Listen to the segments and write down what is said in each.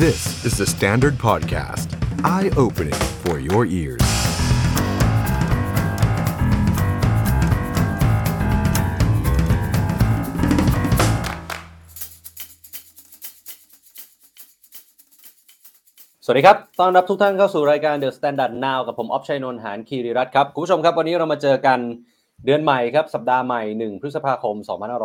This is the Standard Podcast. Eye-opening for your ears. สวัสดีครับต้อนรับทุกท่านเข้าสู่รายการ The Standard Now กับผมอ๊อฟชัยนนท์ หานคีรีรัตน์ครับคุณผู้ชมครับวันนี้เรามาเจอกันเดือนใหม่ครับสัปดาห์ใหม่1พฤษภาคม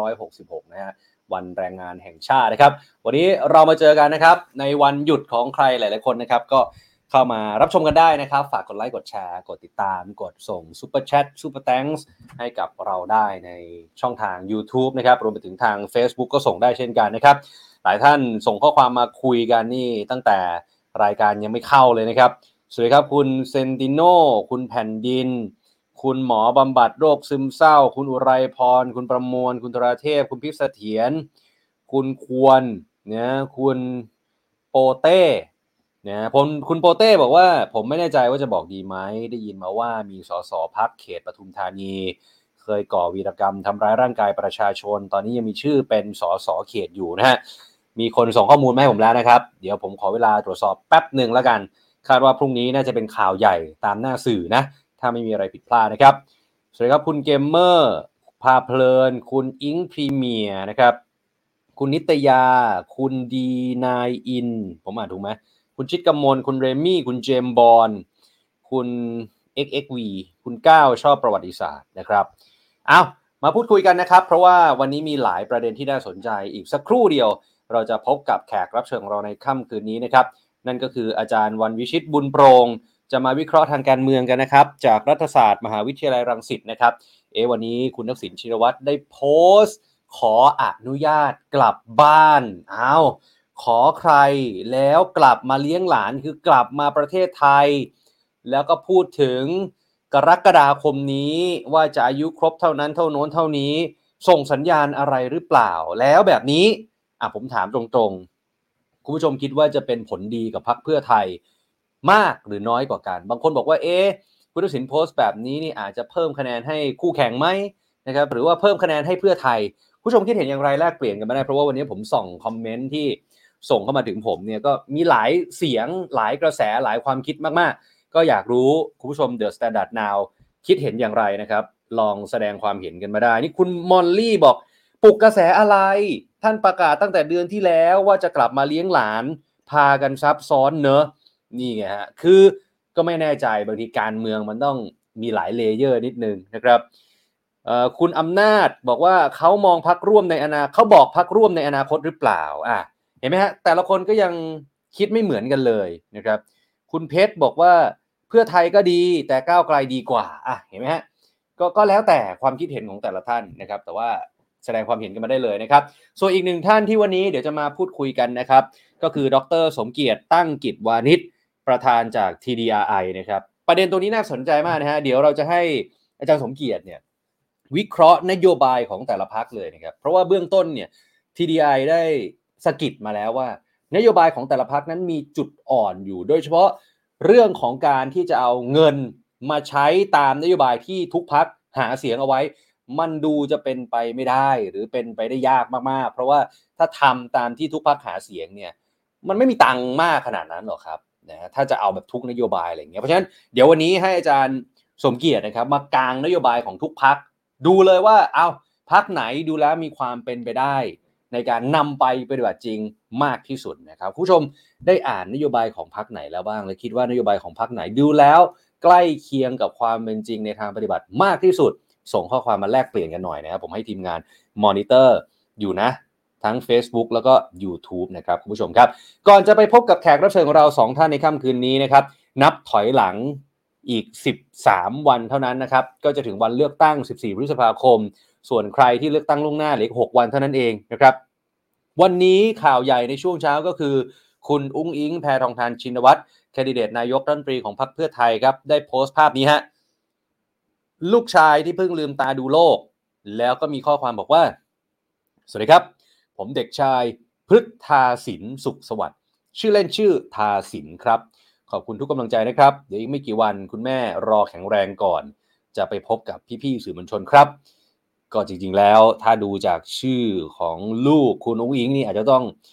2566นะฮะวันแรงงานแห่งชาตินะครับวันนี้เรามาเจอกันนะครับในวันหยุดของใครหลายๆคนนะครับก็เข้ามารับชมกันได้นะครับฝากกดไลค์กดแชร์กดติดตามกดส่งซุปเปอร์แชทซุปเปอร์แธงค์ให้กับเราได้ในช่องทาง YouTube นะครับรวมไปถึงทาง Facebook ก็ส่งได้เช่นกันนะครับหลายท่านส่งข้อความมาคุยกันนี่ตั้งแต่รายการยังไม่เข้าเลยนะครับสวัสดีครับคุณเซนติโนคุณแผ่นดินคุณหมอบำบัดโรคซึมเศร้าคุณอุไรพรคุณประมวลคุณธราเทพคุณพิษเสถียรคุณควรนะคุณโปเต้นะคุณโปเต้บอกว่าผมไม่แน่ใจว่าจะบอกดีไหมได้ยินมาว่ามีสสพรรคเขตปทุมธานีเคยก่อวีรกรรมทำร้ายร่างกายประชาชนตอนนี้ยังมีชื่อเป็นสสเขตอยู่นะฮะมีคนส่งข้อมูลมาให้ผมแล้วนะครับเดี๋ยวผมขอเวลาตรวจสอบแป๊บหนึ่งแล้วกันคาดว่าพรุ่งนี้น่าจะเป็นข่าวใหญ่ตามหน้าสื่อนะถ้าไม่มีอะไรผิดพลาดนะครับสวัสดีครับคุณเกมเมอร์พาเพลินคุณอิงพรีเมียร์นะครับคุณนิตยาคุณดีนายอินผมอ่านถูกไหมคุณชิดกมลคุณเรมี่คุณเจมบอนคุณ XXV คุณก้าวชอบประวัติศาสตร์นะครับเอามาพูดคุยกันนะครับเพราะว่าวันนี้มีหลายประเด็นที่น่าสนใจอีกสักครู่เดียวเราจะพบกับแขกรับเชิญของเราในค่ำคืนนี้นะครับนั่นก็คืออาจารย์วันวิชิตบุญโปรงจะมาวิเคราะห์ทางการเมืองกันนะครับจากรัฐศาสตร์มหาวิทยาลัยรังสิตนะครับวันนี้คุณทักษิณชินวัตรได้โพสต์ขออนุญาตกลับบ้านขอใครแล้วกลับมาเลี้ยงหลานคือกลับมาประเทศไทยแล้วก็พูดถึงกรกฎาคมนี้ว่าจะอายุครบเท่านั้นเท่าโน้นเท่านี้ส่งสัญญาณอะไรหรือเปล่าแล้วแบบนี้ผมถามตรงๆคุณผู้ชมคิดว่าจะเป็นผลดีกับพรรคเพื่อไทยมากหรือน้อยกว่ากันบางคนบอกว่าคุณทักษิณโพสต์แบบนี้นี่อาจจะเพิ่มคะแนนให้คู่แข่งไหมนะครับหรือว่าเพิ่มคะแนนให้เพื่อไทยผู้ชมคิดเห็นอย่างไรแลกเปลี่ยนกันมาได้เพราะว่าวันนี้ผมส่องคอมเมนต์ที่ส่งเข้ามาถึงผมเนี่ยก็มีหลายเสียงหลายกระแสหลายความคิดมากๆก็อยากรู้คุณผู้ชม The Standard Now คิดเห็นอย่างไรนะครับลองแสดงความเห็นกันมาได้นี่คุณมอลลี่บอกปลุกกระแสอะไรท่านประกาศตั้งแต่เดือนที่แล้วว่าจะกลับมาเลี้ยงหลานพากันซับซ้อนเนอะนี่ไงฮะคือก็ไม่แน่ใจบางทีการเมืองมันต้องมีหลายเลเยอร์นิดนึงนะครับคุณอำนาจบอกว่าเขามองพรรคร่วมในเขาบอกพรรคร่วมในอนาคตหรือเปล่าเห็นไหมฮะแต่ละคนก็ยังคิดไม่เหมือนกันเลยนะครับคุณเพชรบอกว่าเพื่อไทยก็ดีแต่ก้าวไกลดีกว่าเห็นไหมฮะก็แล้วแต่ความคิดเห็นของแต่ละท่านนะครับแต่ว่าแสดงความเห็นกันมาได้เลยนะครับส่วนอีกหนึ่งท่านที่วันนี้เดี๋ยวจะมาพูดคุยกันนะครับก็คือดร.สมเกียรติตั้งกิจวานิชประธานจาก TDRI นะครับประเด็นตัวนี้น่าสนใจมากนะฮะเดี๋ยวเราจะให้อาจารย์สมเกียรติเนี่ยวิเคราะห์นโยบายของแต่ละพรรคเลยนะครับเพราะว่าเบื้องต้นเนี่ย TDI ได้สะกิดมาแล้วว่านโยบายของแต่ละพรรคนั้นมีจุดอ่อนอยู่โดยเฉพาะเรื่องของการที่จะเอาเงินมาใช้ตามนโยบายที่ทุกพรรคหาเสียงเอาไว้มันดูจะเป็นไปไม่ได้หรือเป็นไปได้ยากมากๆเพราะว่าถ้าทำตามที่ทุกพรรคหาเสียงเนี่ยมันไม่มีตังค์มากขนาดนั้นหรอกครับนะถ้าจะเอาแบบทุกนโยบายอะไรอย่างเงี้ยเพราะฉะนั้นเดี๋ยววันนี้ให้อาจารย์สมเกียรตินะครับมากางนโยบายของทุกพรรคดูเลยว่าพรรคไหนดูแล้วมีความเป็นไปได้ในการนำไปปฏิบัติจริงมากที่สุดนะครับคุณผู้ชมได้อ่านนโยบายของพรรคไหนแล้วบ้างและคิดว่านโยบายของพรรคไหนดูแล้วใกล้เคียงกับความเป็นจริงในทางปฏิบัติมากที่สุดส่งข้อความมาแลกเปลี่ยนกันหน่อยนะครับผมให้ทีมงานมอนิเตอร์อยู่นะทั้ง Facebook แล้วก็ YouTube นะครับคุณผู้ชมครับก่อนจะไปพบกับแขกรับเชิญของเรา2ท่านในค่ำคืนนี้นะครับนับถอยหลังอีก13วันเท่านั้นนะครับก็จะถึงวันเลือกตั้ง14พฤษภาคมส่วนใครที่เลือกตั้งล่วงหน้าเหลือ6วันเท่านั้นเองนะครับวันนี้ข่าวใหญ่ในช่วงเช้าก็คือคุณอุ้งอิงแพทองธารชินวัตรแคนดิเดตนายกรัฐมนตรีของพรรคเพื่อไทยครับได้โพสต์ภาพนี้ฮะลูกชายที่เพิ่งลืมตาดูโลกแล้วก็มีข้อความบอกว่าสวัสดีครับผมเด็กชายพฤทธาสินสุขสวัสดิ์ชื่อเล่นชื่อทาสินครับขอบคุณทุกกำลังใจนะครับเดี๋ยวอีกไม่กี่วันคุณแม่รอแข็งแรงก่อนจะไปพบกับพี่ๆสื่อมวลชนครับก็จริงๆแล้วถ้าดูจากชื่อของลูกคุณอุ้งอิงนี่อาจจะต้อง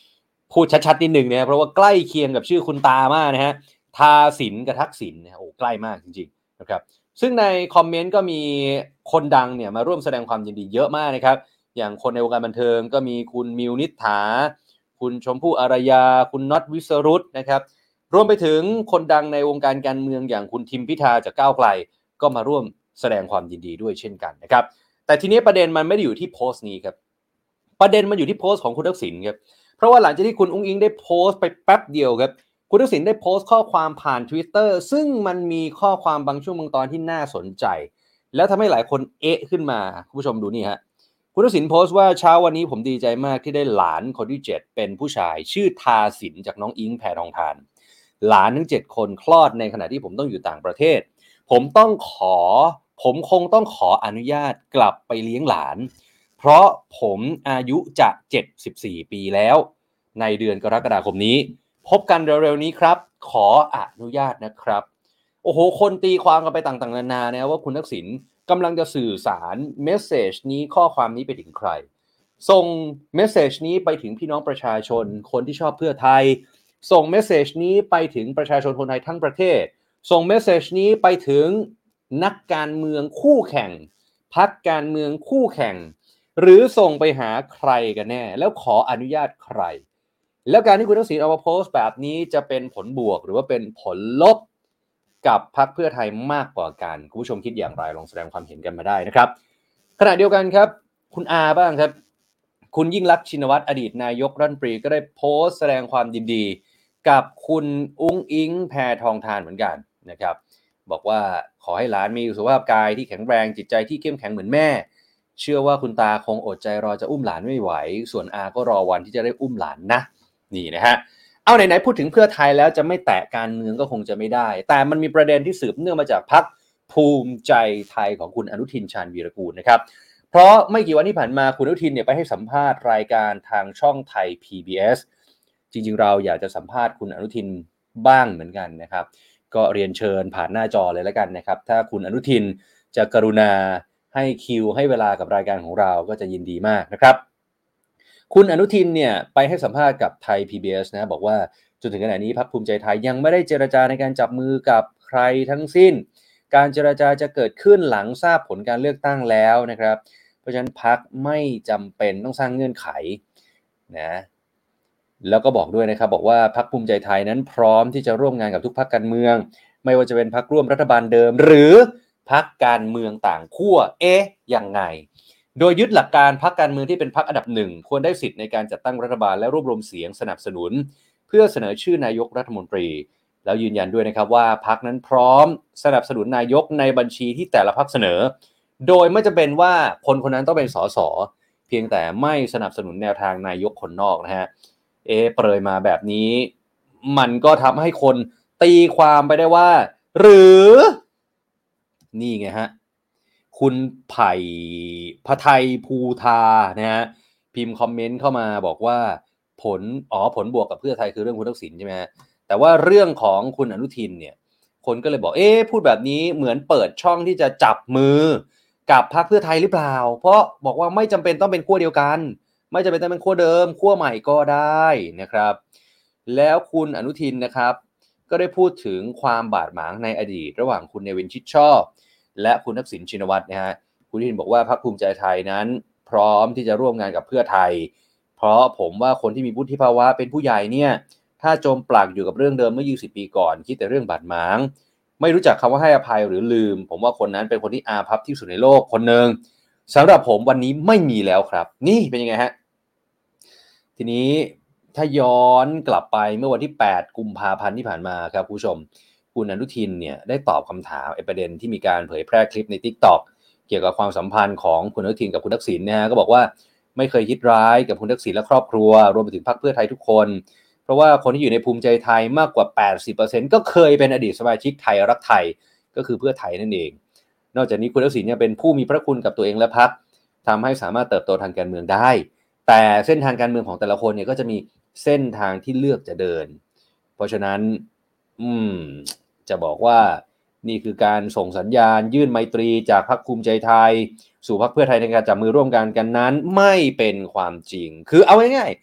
พูดชัดๆนิดนึงนะเพราะว่าใกล้เคียงกับชื่อคุณตามากนะฮะทาสินกับทักษิณนะโอ้ใกล้มากจริงๆนะครับซึ่งในคอมเมนต์ก็มีคนดังเนี่ยมาร่วมแสดงความยินดีเยอะมากนะครับอย่างคนในวงการบันเทิงก็มีคุณมิวนิษฐาคุณชมพู่อารยาคุณน็อตวิสรุตนะครับรวมไปถึงคนดังในวงการการเมืองอย่างคุณทิมพิธาจากก้าวไกลก็มาร่วมแสดงความยินดีด้วยเช่นกันนะครับแต่ทีนี้ประเด็นมันไม่ได้อยู่ที่โพสต์นี้ครับประเด็นมันอยู่ที่โพสต์ของคุณทักษิณครับเพราะว่าหลังจากที่คุณอุ้งอิงได้โพสต์ไปแป๊บเดียวครับคุณทักษิณได้โพสต์ข้อความผ่าน Twitter ซึ่งมันมีข้อความบางช่วงบางตอนที่น่าสนใจแล้วทำให้หลายคนเอะขึ้นมาคุณผู้ชมดูนี่ฮะคุณทักษิณโพสต์ว่าเช้าวันนี้ผมดีใจมากที่ได้หลานคนที่7เป็นผู้ชายชื่อทาสินจากน้องอิงแพทองธารหลานทั้ง7คนคลอดในขณะที่ผมต้องอยู่ต่างประเทศผมคงต้องขออนุญาตกลับไปเลี้ยงหลานเพราะผมอายุจะ74ปีแล้วในเดือนกรกฎาคมนี้พบกันเร็วๆนี้ครับขออนุญาตนะครับโอ้โหคนตีความกันไปต่างๆนานานะว่าคุณทักษิณกำลังจะสื่อสารเมสเสจนี้ข้อความนี้ไปถึงใครส่งเมสเสจนี้ไปถึงพี่น้องประชาชนคนที่ชอบเพื่อไทยส่งเมสเสจนี้ไปถึงประชาชนคนไทยทั้งประเทศส่งเมสเสจนี้ไปถึงนักการเมืองคู่แข่งพรรคการเมืองคู่แข่งหรือส่งไปหาใครกันแน่แล้วขออนุญาตใครแล้วการที่คุณทักษิณเอามาโพสต์แบบนี้จะเป็นผลบวกหรือว่าเป็นผลลบกับพรรคเพื่อไทยมากกว่ากันคุณผู้ชมคิดอย่างไรลองแสดงความเห็นกันมาได้นะครับขณะเดียวกันครับคุณอาบ้างครับคุณยิ่งลักษณ์ชินวัตรอดีตนายกรัฐมนตรีก็ได้โพสต์แสดงความยินดีกับคุณอุ้งอิงแพทองธารเหมือนกันนะครับบอกว่าขอให้หลานมีสุขภาพกายที่แข็งแรงจิตใจที่เข้มแข็งเหมือนแม่เชื่อว่าคุณตาคงอดใจรอจะอุ้มหลานไม่ไหวส่วนอาก็รอวันที่จะได้อุ้มหลานนะนี่นะฮะเอาไหนๆพูดถึงเพื่อไทยแล้วจะไม่แตะการเมืองก็คงจะไม่ได้แต่มันมีประเด็นที่สืบเนื่องมาจากพรรคภูมิใจไทยของคุณอนุทินชาญวีรกูลนะครับเพราะไม่กี่วันที่ผ่านมาคุณอนุทินเนี่ยไปให้สัมภาษณ์รายการทางช่องไทย PBS จริงๆเราอยากจะสัมภาษณ์คุณอนุทินบ้างเหมือนกันนะครับก็เรียนเชิญผ่านหน้าจอเลยแล้วกันนะครับถ้าคุณอนุทินจะกรุณาให้คิวให้เวลากับรายการของเราก็จะยินดีมากนะครับคุณอนุทินเนี่ยไปให้สัมภาษณ์กับไทย PBS นะบอกว่าจนถึงขณะนี้พรรคภูมิใจไทยยังไม่ได้เจรจาในการจับมือกับใครทั้งสิ้นการเจรจาจะเกิดขึ้นหลังทราบผลการเลือกตั้งแล้วนะครับเพราะฉะนั้นพรรคไม่จำเป็นต้องสร้างเงื่อนไขนะแล้วก็บอกด้วยนะครับบอกว่าพรรคภูมิใจไทยนั้นพร้อมที่จะร่วมงานกับทุกพรรคการเมืองไม่ว่าจะเป็นพรรคร่วมรัฐบาลเดิมหรือพรรคการเมืองต่างขั้วยังไงโดยยึดหลักการพรรคการเมืองที่เป็นพรรคอันดับหนึ่งควรได้สิทธิ์ในการจัดตั้งรัฐบาลและรวบรวมเสียงสนับสนุนเพื่อเสนอชื่อนายกรัฐมนตรีแล้วยืนยันด้วยนะครับว่าพรรคนั้นพร้อมสนับสนุนนายกในบัญชีที่แต่ละพรรคเสนอโดยไม่จำเป็นว่าคนคนนั้นต้องเป็นสสเพียงแต่ไม่สนับสนุนแนวทางนายกคนนอกนะฮะเปรยมาแบบนี้มันก็ทำให้คนตีความไปได้ว่าหรือนี่ไงฮะคุณไผ่พไทยภูธานะฮะพิมพ์คอมเมนต์เข้ามาบอกว่าผลบวกกับเพื่อไทยคือเรื่องคุณทักษิณใช่ไหมฮะแต่ว่าเรื่องของคุณอนุทินเนี่ยคนก็เลยบอกพูดแบบนี้เหมือนเปิดช่องที่จะจับมือกับพรรคเพื่อไทยหรือเปล่าเพราะบอกว่าไม่จำเป็นต้องเป็นขั้วเดียวกันไม่จำเป็นต้องเป็นขั้วเดิมขั้วใหม่ก็ได้นะครับแล้วคุณอนุทินนะครับก็ได้พูดถึงความบาดหมางในอดีตระหว่างคุณเนวินชิดชอบและคุณทักษิณชินวัตรนะฮะคุณอนุทินบอกว่าพรรคภูมิใจไทยนั้นพร้อมที่จะร่วมงานกับเพื่อไทยเพราะผมว่าคนที่มีวุฒิภาวะเป็นผู้ใหญ่เนี่ยถ้าจมปลักอยู่กับเรื่องเดิมเมื่อ20 ปีก่อนคิดแต่เรื่องบาดหมางไม่รู้จักคำว่าให้อภัยหรือลืมผมว่าคนนั้นเป็นคนที่อาภัพที่สุดในโลกคนหนึ่งสำหรับผมวันนี้ไม่มีแล้วครับนี่เป็นยังไงฮะทีนี้ถ้าย้อนกลับไปเมื่อวันที่8 กุมภาพันธ์ที่ผ่านมาครับคุณผู้ชมคุณอนุทินเนี่ยได้ตอบคำถามประเด็นที่มีการเผยแพร่คลิปใน TikTok เกี่ยวกับความสัมพันธ์ของคุณอนุทินกับคุณทักษิณนะฮะก็บอกว่าไม่เคยคิดร้ายกับคุณทักษิณและครอบครัวรวมไปถึงพรรคเพื่อไทยทุกคนเพราะว่าคนที่อยู่ในภูมิใจไทยมากกว่า 80% ก็เคยเป็นอดีตสมาชิกไทยรักไทยก็คือเพื่อไทยนั่นเองนอกจากนี้คุณทักษิณเนี่ยเป็นผู้มีพระคุณกับตัวเองและพรรคทำให้สามารถเติบโตทางการเมืองได้แต่เส้นทางการเมืองของแต่ละคนเนี่ยก็จะมีเส้นทางที่เลือกจะเดินเพราะฉะนั้นจะบอกว่านี่คือการส่งสัญญาณยื่นไมตรีจากพรรคภูมิใจไทยสู่พรรคเพื่อไทยในการจับมือร่วมกันนั้นไม่เป็นความจริงคือเอาง่ายๆภู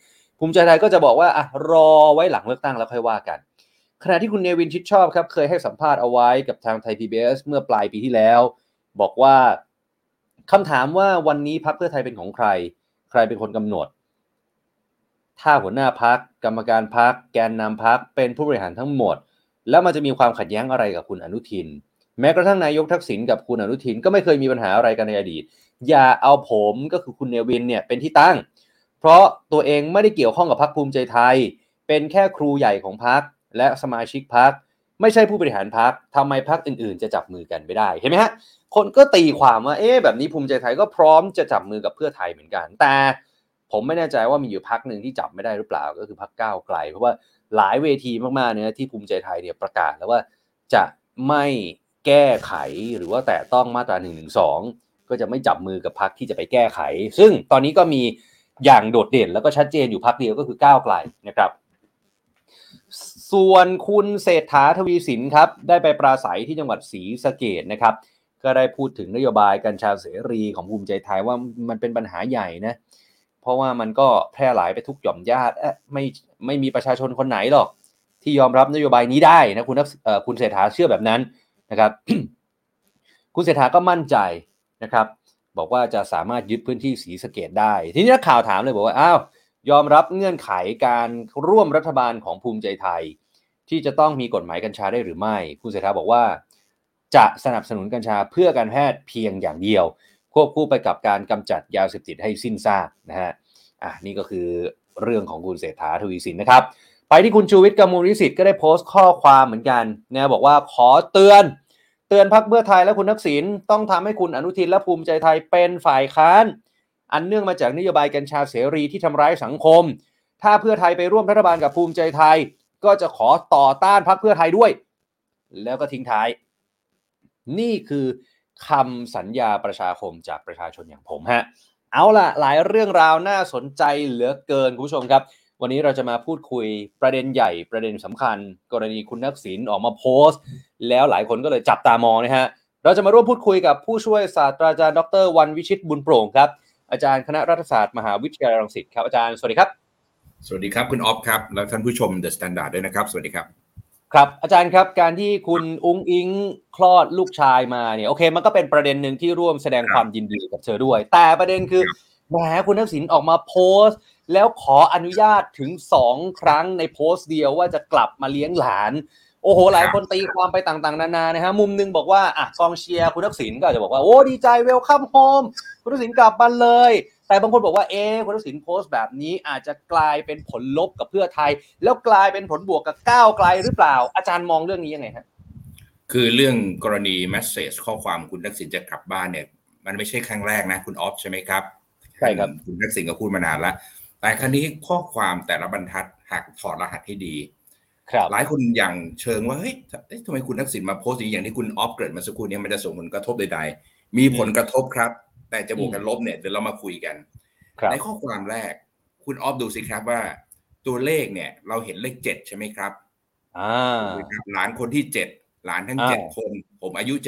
ภูมิใจไทยก็จะบอกว่าอ่ะรอไว้หลังเลือกตั้งแล้วค่อยว่ากันขณะที่คุณเนวินชิดชอบครับเคยให้สัมภาษณ์เอาไว้กับทางไทย PBS เมื่อปลายปีที่แล้วบอกว่าคำถามว่าวันนี้พรรคเพื่อไทยเป็นของใครใครเป็นคนกำหนดถ้าหัวหน้าพรรคกรรมการพรรคแกนนำพรรคเป็นผู้บริหารทั้งหมดแล้วมันจะมีความขัดแย้งอะไรกับคุณอนุทินแม้กระทั่งนายกทักษิณกับคุณอนุทินก็ไม่เคยมีปัญหาอะไรกันในอดีตอย่าเอาผมก็คือคุณเนวินเนี่ยเป็นที่ตั้งเพราะตัวเองไม่ได้เกี่ยวข้องกับพรรคภูมิใจไทยเป็นแค่ครูใหญ่ของพรรคและสมาชิกพรรคไม่ใช่ผู้บริหารพรรคทำไมพรรคอื่นๆจะจับมือกันไม่ได้เห็นไหมฮะคนก็ตีความว่าแบบนี้ภูมิใจไทยก็พร้อมจะจับมือกับเพื่อไทยเหมือนกันแต่ผมไม่แน่ใจว่ามีอยู่พรรคนึงที่จับไม่ได้หรือเปล่าก็คือพรรคก้าวไกลเพราะว่าหลายเวทีมากๆเนี่ยที่ภูมิใจไทยเนี่ยประกาศแล้วว่าจะไม่แก้ไขหรือว่าแตะต้องมาตรา112ก็จะไม่จับมือกับพรรคที่จะไปแก้ไขซึ่งตอนนี้ก็มีอย่างโดดเด่นแล้วก็ชัดเจนอยู่พรรคเดียวก็คือก้าวไกลนะครับส่วนคุณเศรษฐาทวีสินครับได้ไปปราศัยที่จังหวัดศรีสะเกษนะครับก็ได้พูดถึงนโยบายกัญชาเสรีของภูมิใจไทยว่ามันเป็นปัญหาใหญ่นะเพราะว่ามันก็แพร่หลายไปทุกหย่อมญาติไม่มีประชาชนคนไหนหรอกที่ยอมรับนโยบายนี้ได้นะคุณเศรษฐาเชื่อแบบนั้นนะครับ คุณเศรษฐาก็มั่นใจนะครับบอกว่าจะสามารถยึดพื้นที่ศรีสะเกษได้ทีนี้นักข่าวถามเลยบอกว่าอ้าวยอมรับเงื่อนไขการร่วมรัฐบาลของภูมิใจไทยที่จะต้องมีกฎหมายกัญชาได้หรือไม่คุณเศรษฐาบอกว่าจะสนับสนุนกัญชาเพื่อการแพทย์เพียงอย่างเดียวควบคู่ไปกับการกำจัดยาเสพติดให้สิ้นซากนะฮะนี่ก็คือเรื่องของคุณเศรษฐาทวีสินนะครับไปที่คุณชูวิทย์กมลวิสิทธิ์ก็ได้โพสต์ข้อความเหมือนกันนะบอกว่าขอเตือนพรรคเพื่อไทยและคุณทักษิณต้องทำให้คุณอนุทินและภูมิใจไทยเป็นฝ่ายค้านอันเนื่องมาจากนโยบายกัญชาเสรีที่ทำร้ายสังคมถ้าเพื่อไทยไปร่วมรัฐบาลกับภูมิใจไทยก็จะขอต่อต้านพรรคเพื่อไทยด้วยแล้วก็ทิ้งท้ายนี่คือคำสัญญาประชาคมจากประชาชนอย่างผมฮะเอาล่ะหลายเรื่องราวน่าสนใจเหลือเกินคุณผู้ชมครับวันนี้เราจะมาพูดคุยประเด็นใหญ่ประเด็นสำคัญกรณีคุณทักษิณออกมาโพสต์แล้วหลายคนก็เลยจับตามองนะฮะเราจะมาร่วมพูดคุยกับผู้ช่วยศาสตราจารย์ดร.วันวิชิตบุญโปร่งครับอาจารย์คณะรัฐศาสตร์มหาวิทยาลัยรังสิตครับอาจารย์สวัสดีครับสวัสดีครับคุณออฟครับและท่านผู้ชม The Standard ด้วยนะครับสวัสดีครับครับอาจารย์ครับการที่คุณอุ๊งอิ๊งคลอดลูกชายมาเนี่ยโอเคมันก็เป็นประเด็นหนึ่งที่ร่วมแสดงความยินดีกับเธอด้วยแต่ประเด็นคือแหมคุณทักษิณออกมาโพสต์แล้วขออนุญาตถึง2ครั้งในโพสต์เดียวว่าจะกลับมาเลี้ยงหลานโอ้โหหลายคนตีความไปต่างๆนานานะฮะมุมนึงบอกว่ากองเชียร์คุณทักษิณก็อาจจะบอกว่าโอ้ดีใจเวลคัมโฮมคุณทักษิณกลับมาเลยแต่บางคนบอกว่าคุณทักษิณโพสต์แบบนี้อาจจะกลายเป็นผลลบกับเพื่อไทยแล้วกลายเป็นผลบวกกับก้าวไกลหรือเปล่าอาจารย์มองเรื่องนี้ยังไงฮะคือเรื่องกรณีเมสเสจข้อความคุณทักษิณจะกลับบ้านเนี่ยมันไม่ใช่ครั้งแรกนะคุณออฟใช่ไหมครับใช่ครับคุณทักษิณก็พูดมานานแล้วแต่ครั้งนี้ข้อความแต่ละบรรทัดหากถอดรหัสให้ดีหลายคนอย่างเชิงว่าเฮ้ยทำไมคุณทักษิณมาโพสต์อย่างที่คุณออฟเกริ่นมาสักครู่นี้มันจะส่งผลกระทบใดๆมีผลกระทบครับแต่จะบวกกันลบเนี่ยเดี๋ยวเรามาคุยกันในข้อความแรกคุณออฟดูสิครับว่าตัวเลขเนี่ยเราเห็นเลข7ใช่ไหมครับหลานคนที่7หลานทั้ง7คนผมอายุ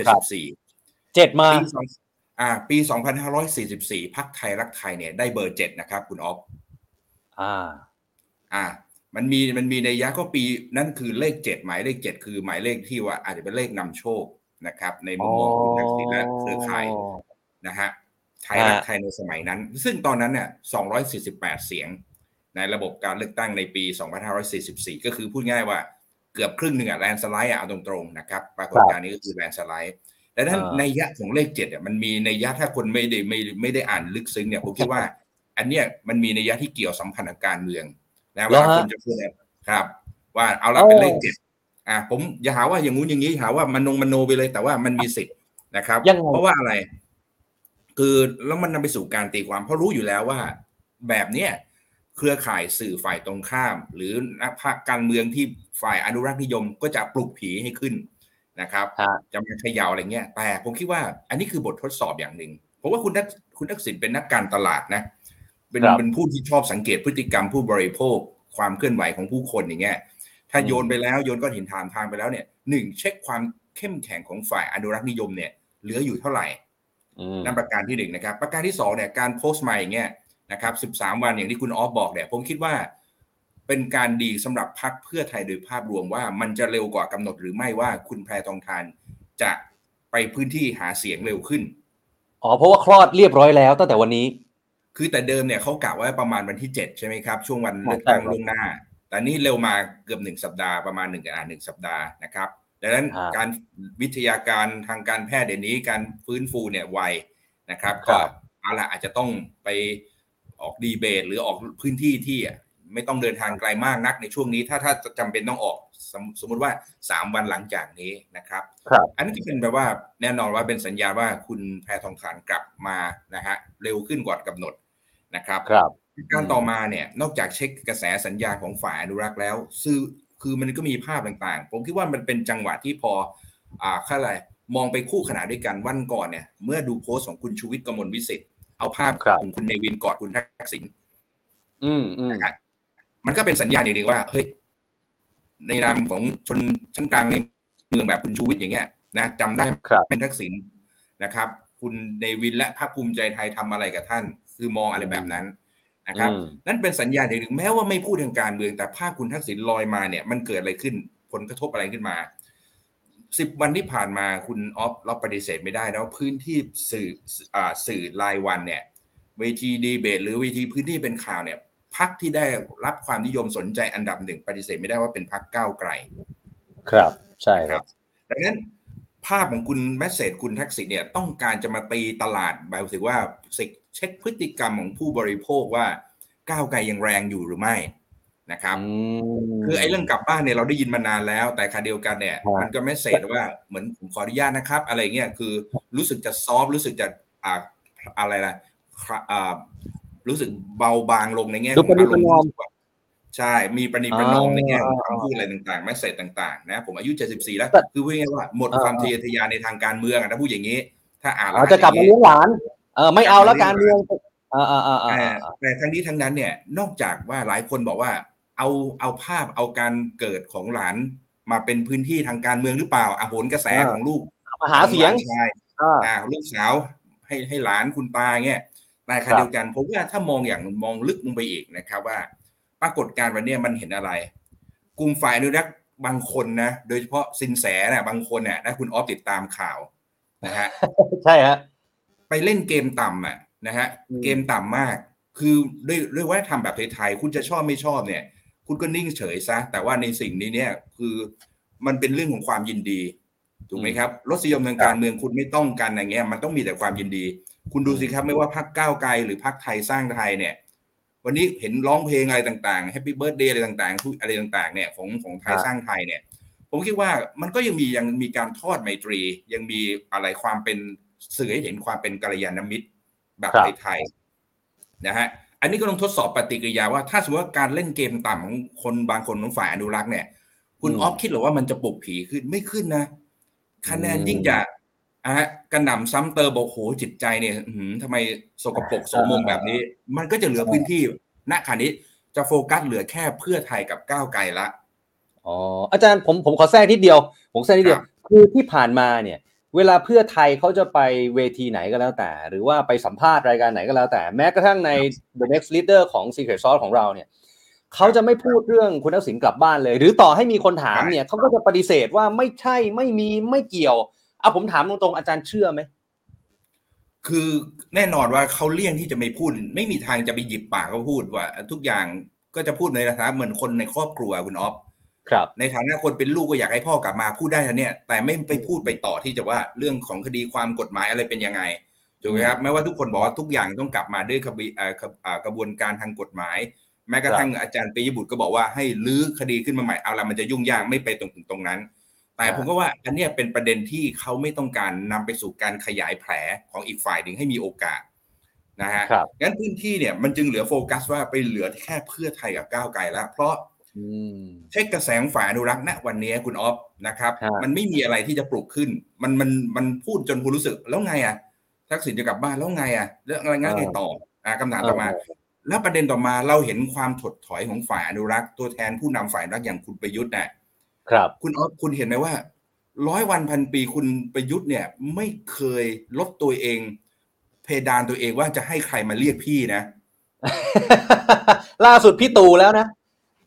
74 7มาปี2544พรรคไทยรักไทยเนี่ยได้เบอร์7นะครับคุณออฟมันมีนัยยะก็ปีนั่นคือเลข7หมายเลข7คือหมายเลขที่ว่าอาจจะเป็นเลขนำโชคนะครับในมุมมองคุณทักษิณและเครือข่ายนะฮะไทยรักไทยในสมัยนั้นซึ่งตอนนั้นเนี่ย248เสียงในระบบการเลือกตั้งในปี2544ก็คือพูดง่ายว่าเกือบครึ่งนึงแลนด์สไลด์เอาตรงๆนะครับปรากฏการณ์นี้ก็คือแลนด์สไลด์แต่นั้นนัยยะของเลข7มันมีนัยยะถ้าคนไม่ได้อ่านลึกซึ้งเนี่ยผมคิดว่าอันเนี้ยมันมีนัยยะที่เกี่ยวสัมพันธ์กับการเมืองนะว่าคนจะพูดครับว่าเอาละเป็นเลข7ผมอย่าหาว่าอย่างงู้นอย่างนี้หาว่ามันมโนไปเลยแต่ว่ามันมีสิทธิ์นะครับเพราะว่าอะไรคือแล้วมันนำไปสู่การตีความเพราะรู้อยู่แล้วว่าแบบเนี้ยเครือข่ายสื่อฝ่ายตรงข้ามหรือนักพรรคการเมืองที่ฝ่ายอนุรักษ์นิยมก็จะปลุกผีให้ขึ้นนะครับจะมาเขย่าอะไรเงี้ยแต่ผมคิดว่าอันนี้คือบททดสอบอย่างหนึ่งเพราะว่าคุณทักษิณเป็นนักการตลาดนะเป็นผู้ที่ชอบสังเกตพฤติกรรมผู้บริโภคความเคลื่อนไหวของผู้คนอย่างเงี้ยถ้าโยนไปแล้วโยนก้อนหินถามทางไปแล้วเนี่ย1เช็คความเข้มแข็งของฝ่ายอนุรักษ์นิยมเนี่ยเหลืออยู่เท่าไหร่นั่นประการที่1นะครับประการที่2เนี่ยการโพสต์ใหม่อย่างเงี้ยนะครับ13วันอย่างที่คุณออฟบอกเนี่ยผมคิดว่าเป็นการดีสำหรับพรรคเพื่อไทยโดยภาพรวมว่ามันจะเร็วกว่ากำหนดหรือไม่ว่าคุณแพทองธารจะไปพื้นที่หาเสียงเร็วขึ้นเพราะว่าคลอดเรียบร้อยแล้วตั้งแต่วันนี้คือแต่เดิมเนี่ยเขากะไว้ประมาณวันที่7ใช่ไหมครับช่วงวันเลือกตั้งล่วงหน้าแต่นี่เร็วมาเกือบ1สัปดาห์ประมาณ1สัปดาห์นะครับดังนั้นการวิทยาการทางการแพทย์เดี๋ยวนี้การฟื้นฟูเนี่ยไวนะครับก็เอาละอาจจะต้องไปออกดีเบตหรือออกพื้นที่ที่ไม่ต้องเดินทางไกลมากนักในช่วงนี้ถ้าจำเป็นต้องออกสมมติว่า3วันหลังจากนี้นะครับอันนี้ก็เป็นแบบว่าแน่นอนว่าเป็นสัญญาณว่าคุณแพทองธารกลับมานะฮะเร็วขึ้นกว่ากำหนดนะครับการต่อมาเนี่ยนอกจากเช็คกระแสสัญญาณของฝ่ายอนุรักษ์แล้วคือมันก็มีภาพต่างๆผมคิดว่ามันเป็นจังหวะที่พออะไรมองไปคู่ขนานด้วยกันวันก่อนเนี่ยเมื่อดูโพสต์ของคุณชูวิทย์กมลวิสิทธิ์เอาภาพของคุณเนวินกอดคุณทักษิณนะครับมันก็เป็นสัญญาณอย่างหนึ่งว่าเฮ้ยในนามของชนชั้นกลางในเมืองแบบคุณชูวิทย์อย่างเงี้ยนะจำได้เป็นทักษิณนะครับคุณเนวินและพรรคภูมิใจไทยทำอะไรกับท่านคือมองอะไรแบบนั้นนะครับนั่นเป็นสัญญาณอย่างหนึ่งแม้ว่าไม่พูดทางการเมืองแต่ภาพคุณทักษิณลอยมาเนี่ยมันเกิดอะไรขึ้นผลกระทบอะไรขึ้นมา10วันที่ผ่านมาคุณออฟเราปฏิเสธไม่ได้นะว่าพื้นที่สื่อรายวันเนี่ยเวทีดีเบตหรือเวทีพื้นที่เป็นข่าวเนี่ยพรรคที่ได้รับความนิยมสนใจอันดับหนึ่งปฏิเสธไม่ได้ว่าเป็นพรรคก้าวไกลครับใช่ครับดังนั้นภาพของคุณแมสเสจคุณทักษิณเนี่ยต้องการจะมาตีตลาดแบบถือว่าเช็คพฤติกรรมของผู้บริโภคว่าก้าวไกลยังแรงอยู่หรือไม่นะครับคือไอ้เรื่องกลับบ้านเนี่ยเราได้ยินมานานแล้วแต่คราวเดียวกันเนี่ยมันก็แมสเสจว่าเหมือนผมขออนุญาตนะครับอะไรเงี้ยคือรู้สึกจะซอฟรู้สึกจะอะไรล่ะรู้สึกเบาบางลงในแง่ของอารมณ์ใช่มีประนีประนอมในแง่ของคำพูดอะไรต่างๆแมสเสจต่างๆนะผมอายุ74แล้วคือพูดง่ายๆว่าหมดความทะเยอทะยานในทางการเมืองนะพูดอย่างนี้ถ้าอ่านแล้วจะกลับมาเลี้ยงหลานไม่เอาแล้วการเมืองแต่ทั้งนี้ทั้งนั้นเนี่ยนอกจากว่าหลายคนบอกว่าเอาภาพเอาการเกิดของหลานมาเป็นพื้นที่ทางการเมืองหรือเปล่าโหนกระแสของลูกมาหาเสียงชายลูกสาวให้หลานคุณตาเงี้ยในขณะเดียวกันผมว่าถ้ามองลึกลงไปอีกนะครับว่าปรากฏการณ์วันนี้มันเห็นอะไรกลุ่มฝ่ายอนุรักษ์บางคนนะโดยเฉพาะสินแสนะบางคนเนี่ยถ้าคุณออฟติดตามข่าวนะฮะใช่ฮะไปเล่นเกมต่ำนะฮะเกมต่ำมากคือด้วยว่าทำแบบไทยๆคุณจะชอบไม่ชอบเนี่ยคุณก็นิ่งเฉยซะแต่ว่าในสิ่งนี้เนี่ยคือมันเป็นเรื่องของความยินดีถูกไหมครับรสนิยมทางการเมืองคุณไม่ต้องกันอย่างเงี้ยมันต้องมีแต่ความยินดีคุณดูสิครับไม่ว่าพรรคก้าวไกลหรือพรรคไทยสร้างไทยเนี่ยวันนี้เห็นร้องเพลงอะไรต่างๆ Happy Birthday อะไรต่างๆอะไรต่างๆเนี่ยของไทยสร้างไทยเนี่ยผมคิดว่ามันก็ยังมีการทอดไมตรียังมีอะไรความเป็นสื่อให้เห็นความเป็นกัลยาณมิตรแบบไทยๆนะฮะอันนี้ก็ต้องทดสอบปฏิกิริยาว่าถ้าสมมติว่าการเล่นเกมต่ำของคนบางคนของฝ่ายอนุรักษ์เนี่ยคุณออฟคิดหรือว่ามันจะปลุกผีขึ้นไม่ขึ้นนะคะแนนยิ่งจะกระหน่ำซ้ำเติมบอกโหจิตใจเนี่ยทำไมสกปรกโสมมแบบนี้มันก็จะเหลือพื้นที่ณขณะนี้จะโฟกัสเหลือแค่เพื่อไทยกับก้าวไกลละอาจารย์ผมขอแทรกนิดเดียวคือที่ผ่านมาเนี่ยเวลาเพื่อไทยเขาจะไปเวทีไหนก็แล้วแต่หรือว่าไปสัมภาษณ์รายการไหนก็แล้วแต่แม้กระทั่งใน The Next Leader ของ Secret Sauce ของเราเนี่ยเขาจะไม่พูดเรื่องคุณทักษิณกลับบ้านเลยหรือต่อให้มีคนถามเนี่ยเขาก็จะปฏิเสธว่าไม่ใช่ไม่มีไม่เกี่ยวผมถามตรงๆอาจารย์เชื่อไหมคือแน่นอนว่าเขาเลี่ยงที่จะไม่พูดไม่มีทางจะไปหยิบปากเขาพูดว่าทุกอย่างก็จะพูดในฐานะเหมือนคนในครอบครัวคุณอ๊อฟในฐานะคนเป็นลูกก็อยากให้พ่อกลับมาพูดได้นะเนี่ยแต่ไม่ไปพูดไปต่อที่จะว่าเรื่องของคดีความกฎหมายอะไรเป็นยังไงถูกไหมครับแม้ว่าทุกคนบอกว่าทุกอย่างต้องกลับมาด้วยกระบวนการทางกฎหมายแม้กระทั่งอาจารย์ปิยบุตรก็บอกว่าให้ลื้อคดีขึ้นมาใหม่เอาละมันจะยุ่งยากไม่ไปตรงนั้นแต่ผมก็ว่าอันนี้เป็นประเด็นที่เขาไม่ต้องการนำไปสู่การขยายแผลของอีกฝ่ายหนึ่งให้มีโอกาสนะฮะงั้นพื้นที่เนี่ยมันจึงเหลือโฟกัสว่าไปเหลือแค่เพื่อไทยกับก้าวไกลแล้วเพราะเช็คกระแสฝ่ายอนุรักษ์ณวันนี้คุณออฟนะครับมันไม่มีอะไรที่จะปลุกขึ้นมันพูดจนคุณรู้สึกแล้วไงทักษิณจะกลับบ้านแล้วไงเรื่องอะไรไงต่อคำถามต่อมาแล้วประเด็นต่อมาเราเห็นความถดถอยของฝ่ายอนุรักษ์ตัวแทนผู้นำฝ่ายอนุรักษ์อย่างคุณประยุทธ์ครับคุณออฟคุณเห็นไหมว่า100 วันพันปีคุณประยุทธ์เนี่ยไม่เคยลดตัวเองเพดานตัวเองว่าจะให้ใครมาเรียกพี่นะล่าสุดพี่ตู่แล้วนะ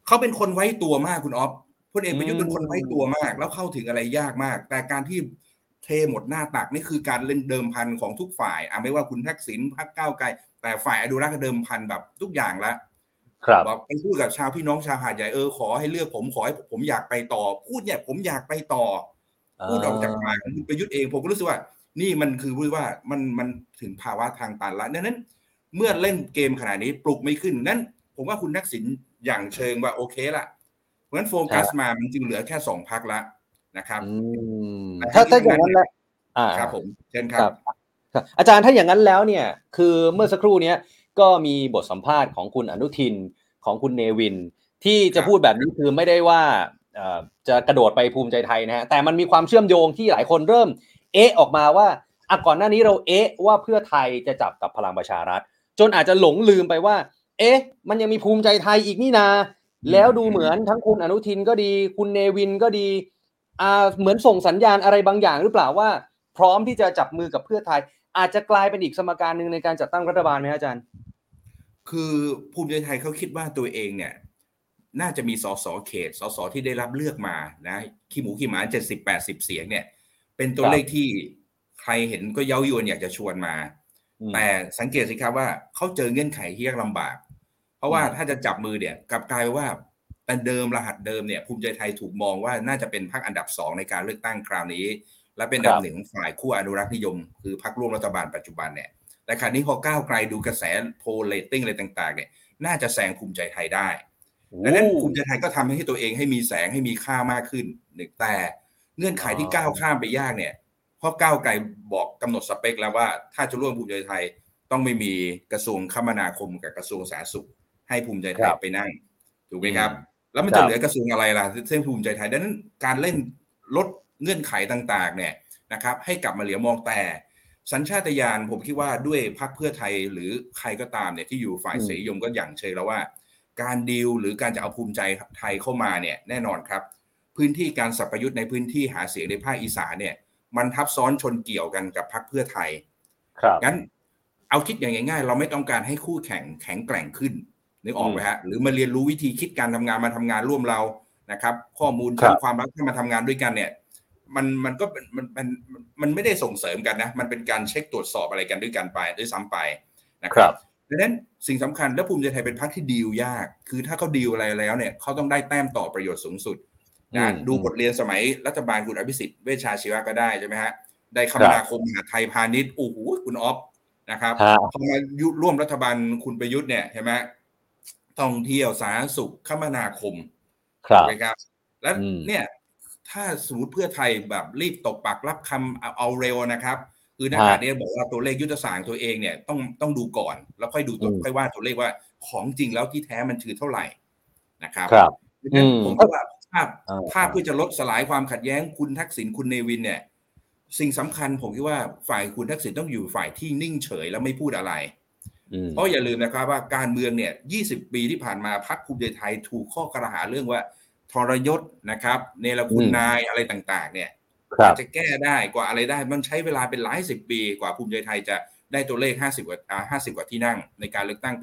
เขาเป็นคนไว้ตัวมากคุณอ๊อฟพลเอกประยุทธ์เป็นคนไว้ตัวมากแล้วเข้าถึงอะไรยากมากแต่การที่เทหมดหน้าตักนี่คือการเล่นเดิมพันของทุกฝ่ายไม่ว่าคุณทักษิณพรรคก้าวไกลแต่ฝ่ายอนุรักษ์เดิมพันแบบทุกอย่างละบอกไปพูดกับชาวพี่น้องชาวหาดใหญ่ขอให้เลือกผมขอให้ผมอยากไปต่อพูดเนี่ยผมอยากไปต่อพูดออกจากปากของคุณประยุทธ์เองผมก็รู้สึกว่านี่มันคือพูดว่ามันถึงภาวะทางตันละดังนั้นเมื่อเล่นเกมขนาดนี้ปลุกไม่ขึ้นนั้นผมว่าคุณทักษิณอย่างเชิงว่าโอเคละเพราะฉะนั้นโฟกัสมามันจึงเหลือแค่2 พรรคละนะครับถ้าอย่างนั้นแล้วครับผมเช่นครับอาจารย์ถ้าอย่างนั้นแล้วเนี่ยคือเมื่อสักครู่นี้ก็มีบทสัมภาษณ์ของคุณอนุทินของคุณเนวินที่จะพูดแบบนี้คือไม่ได้ว่าจะกระโดดไปภูมิใจไทยนะฮะแต่มันมีความเชื่อมโยงที่หลายคนเริ่มออกมาว่าก่อนหน้านี้เราว่าเพื่อไทยจะจับกับพลังประชารัฐจนอาจจะหลงลืมไปว่ามันยังมีภูมิใจไทยอีกนี่นาแล้วดูเหมือนทั้งคุณอนุทินก็ดีคุณเนวินก็ดีเหมือนส่งสัญญาณอะไรบางอย่างหรือเปล่าว่าพร้อมที่จะจับมือกับเพื่อไทยอาจจะกลายเป็นอีกสมการนึงในการจัดตั้งรัฐบาลไหมอาจารย์คือภูมิใจไทยเขาคิดว่าตัวเองเนี่ยน่าจะมีสสเขตสสที่ได้รับเลือกมานะขี้หมูขี้หมา70-80เสียงเนี่ยเป็นตัวเลขที่ใครเห็นก็เย้ายวนอยากจะชวนมาแต่สังเกตสิครับว่าเขาเจอเงื่อนไขที่ยากลำบากเพราะว่าถ้าจะจับมือเนี่ยกลับกลายว่าแต่เดิมรหัสเดิมเนี่ยภูมิใจไทยถูกมองว่าน่าจะเป็นพรรคอันดับ2ในการเลือกตั้งคราวนี้และเป็นอันดับ1ของฝ่ายคู่อนุรักษ์นิยมคือพรรคร่วมรัฐบาลปัจจุบันเนี่ยแต่คราวนี้พอก้าวไกลดูกระแสโพลเรตติ้งอะไรต่างๆเนี่ยน่าจะแซงภูมิใจไทยได้ดังนั้นภูมิใจไทยก็ทำให้ตัวเองให้มีแสงให้มีค่ามากขึ้นแต่เงื่อนไขที่ก้าวข้ามไปยากเนี่ยเพราะก้าวไกลบอกกำหนดสเปคแล้วว่าถ้าจะร่วมภูมิใจไทยต้องไม่มีกระทรวงคมนาคมกับกระทรวงสาธารณสุขให้ภูมิใจไทยไปนั่งถูกไหมครับแล้วมันจะเหลือกระทรวงอะไรล่ะเส้นภูมิใจไทยดังนั้นการเล่นลดเงื่อนไขต่างๆเนี่ยนะครับให้กลับมาเหลียวมองแต่สัญชาตญาณผมคิดว่าด้วยพรรคเพื่อไทยหรือใครก็ตามเนี่ยที่อยู่ฝ่ายเสรีนิยมก็อย่างเชยแล้วว่าการดีลหรือการจะเอาภูมิใจไทยเข้ามาเนี่ยแน่นอนครับพื้นที่การสัพยุทธ์ในพื้นที่หาเสียงในภาคอีสานเนี่ยมันทับซ้อนชนเกี่ยวกันกับพรรคเพื่อไทยงั้นเอาคิดอย่างง่ายๆเราไม่ต้องการให้คู่แข่งแข็งแกร่งขึ้นนึกออกไหมฮะหรือมาเรียนรู้วิธีคิดการทำงานมาทำงานร่วมเรานะครับข้อมูลเชิงความรักที่มาทำงานด้วยกันเนี่ยมันก็มันไม่ได้ส่งเสริมกันนะมันเป็นการเช็คตรวจสอบอะไรกันด้วยกันไปด้วยซ้ำไปนะครับดังนั้นสิ่งสำคัญและภูมิใจไทยเป็นพรรคที่ดีลยากคือถ้าเขาดีลอะไรแล้วเนี่ยเขาต้องได้แต้มต่อประโยชน์สูงสุดนะดูบทเรียนสมัยรัฐบาลคุณอภิสิทธิ์เวชชาชีวะก็ได้ใช่ไหมฮะได้คมนาคมมหาไทยพาณิชย์โอ้โหคุณอ๊อฟนะครับพอมาร่วมรัฐบาลคุณประยุทธ์เนี่ยใช่ไหมท่องเที่ยวสาธารณสุขคมนาคมครับแล้วเนี่ยถ้าสมมติเพื่อไทยแบบรีบตกปักรับคำเอาเร็วนะครับคือนักการเนี่ยบอกว่าตัวเลขยุทธศาสตร์ตัวเองเนี่ยต้องดูก่อนแล้วค่อยดูค่อยว่าตัวเลขว่าของจริงแล้วที่แท้มันคือเท่าไหร่นะครับผมว่าภาพเพื่อจะลดสลายความขัดแย้งคุณทักษิณคุณเนวินเนี่ยสิ่งสำคัญผมคิดว่าฝ่ายคุณทักษิณต้องอยู่ฝ่ายที่นิ่งเฉยแล้วไม่พูดอะไรเพราะอย่าลืมนะครับว่าการเมืองเนี่ย20 ปีที่ผ่านมาพรรคภูมิใจไทยถูกข้อกล่าวหาเรื่องว่าทรยศนะครับเนรคุณนายอะไรต่างๆเนี่ยอาจจะแก้ได้กว่าอะไรได้มันใช้เวลาเป็นหลาย10 ปีกว่าภูมิใจไทยจะได้ตัวเลข50 กว่าที่นั่งในการเลือกตั้งปี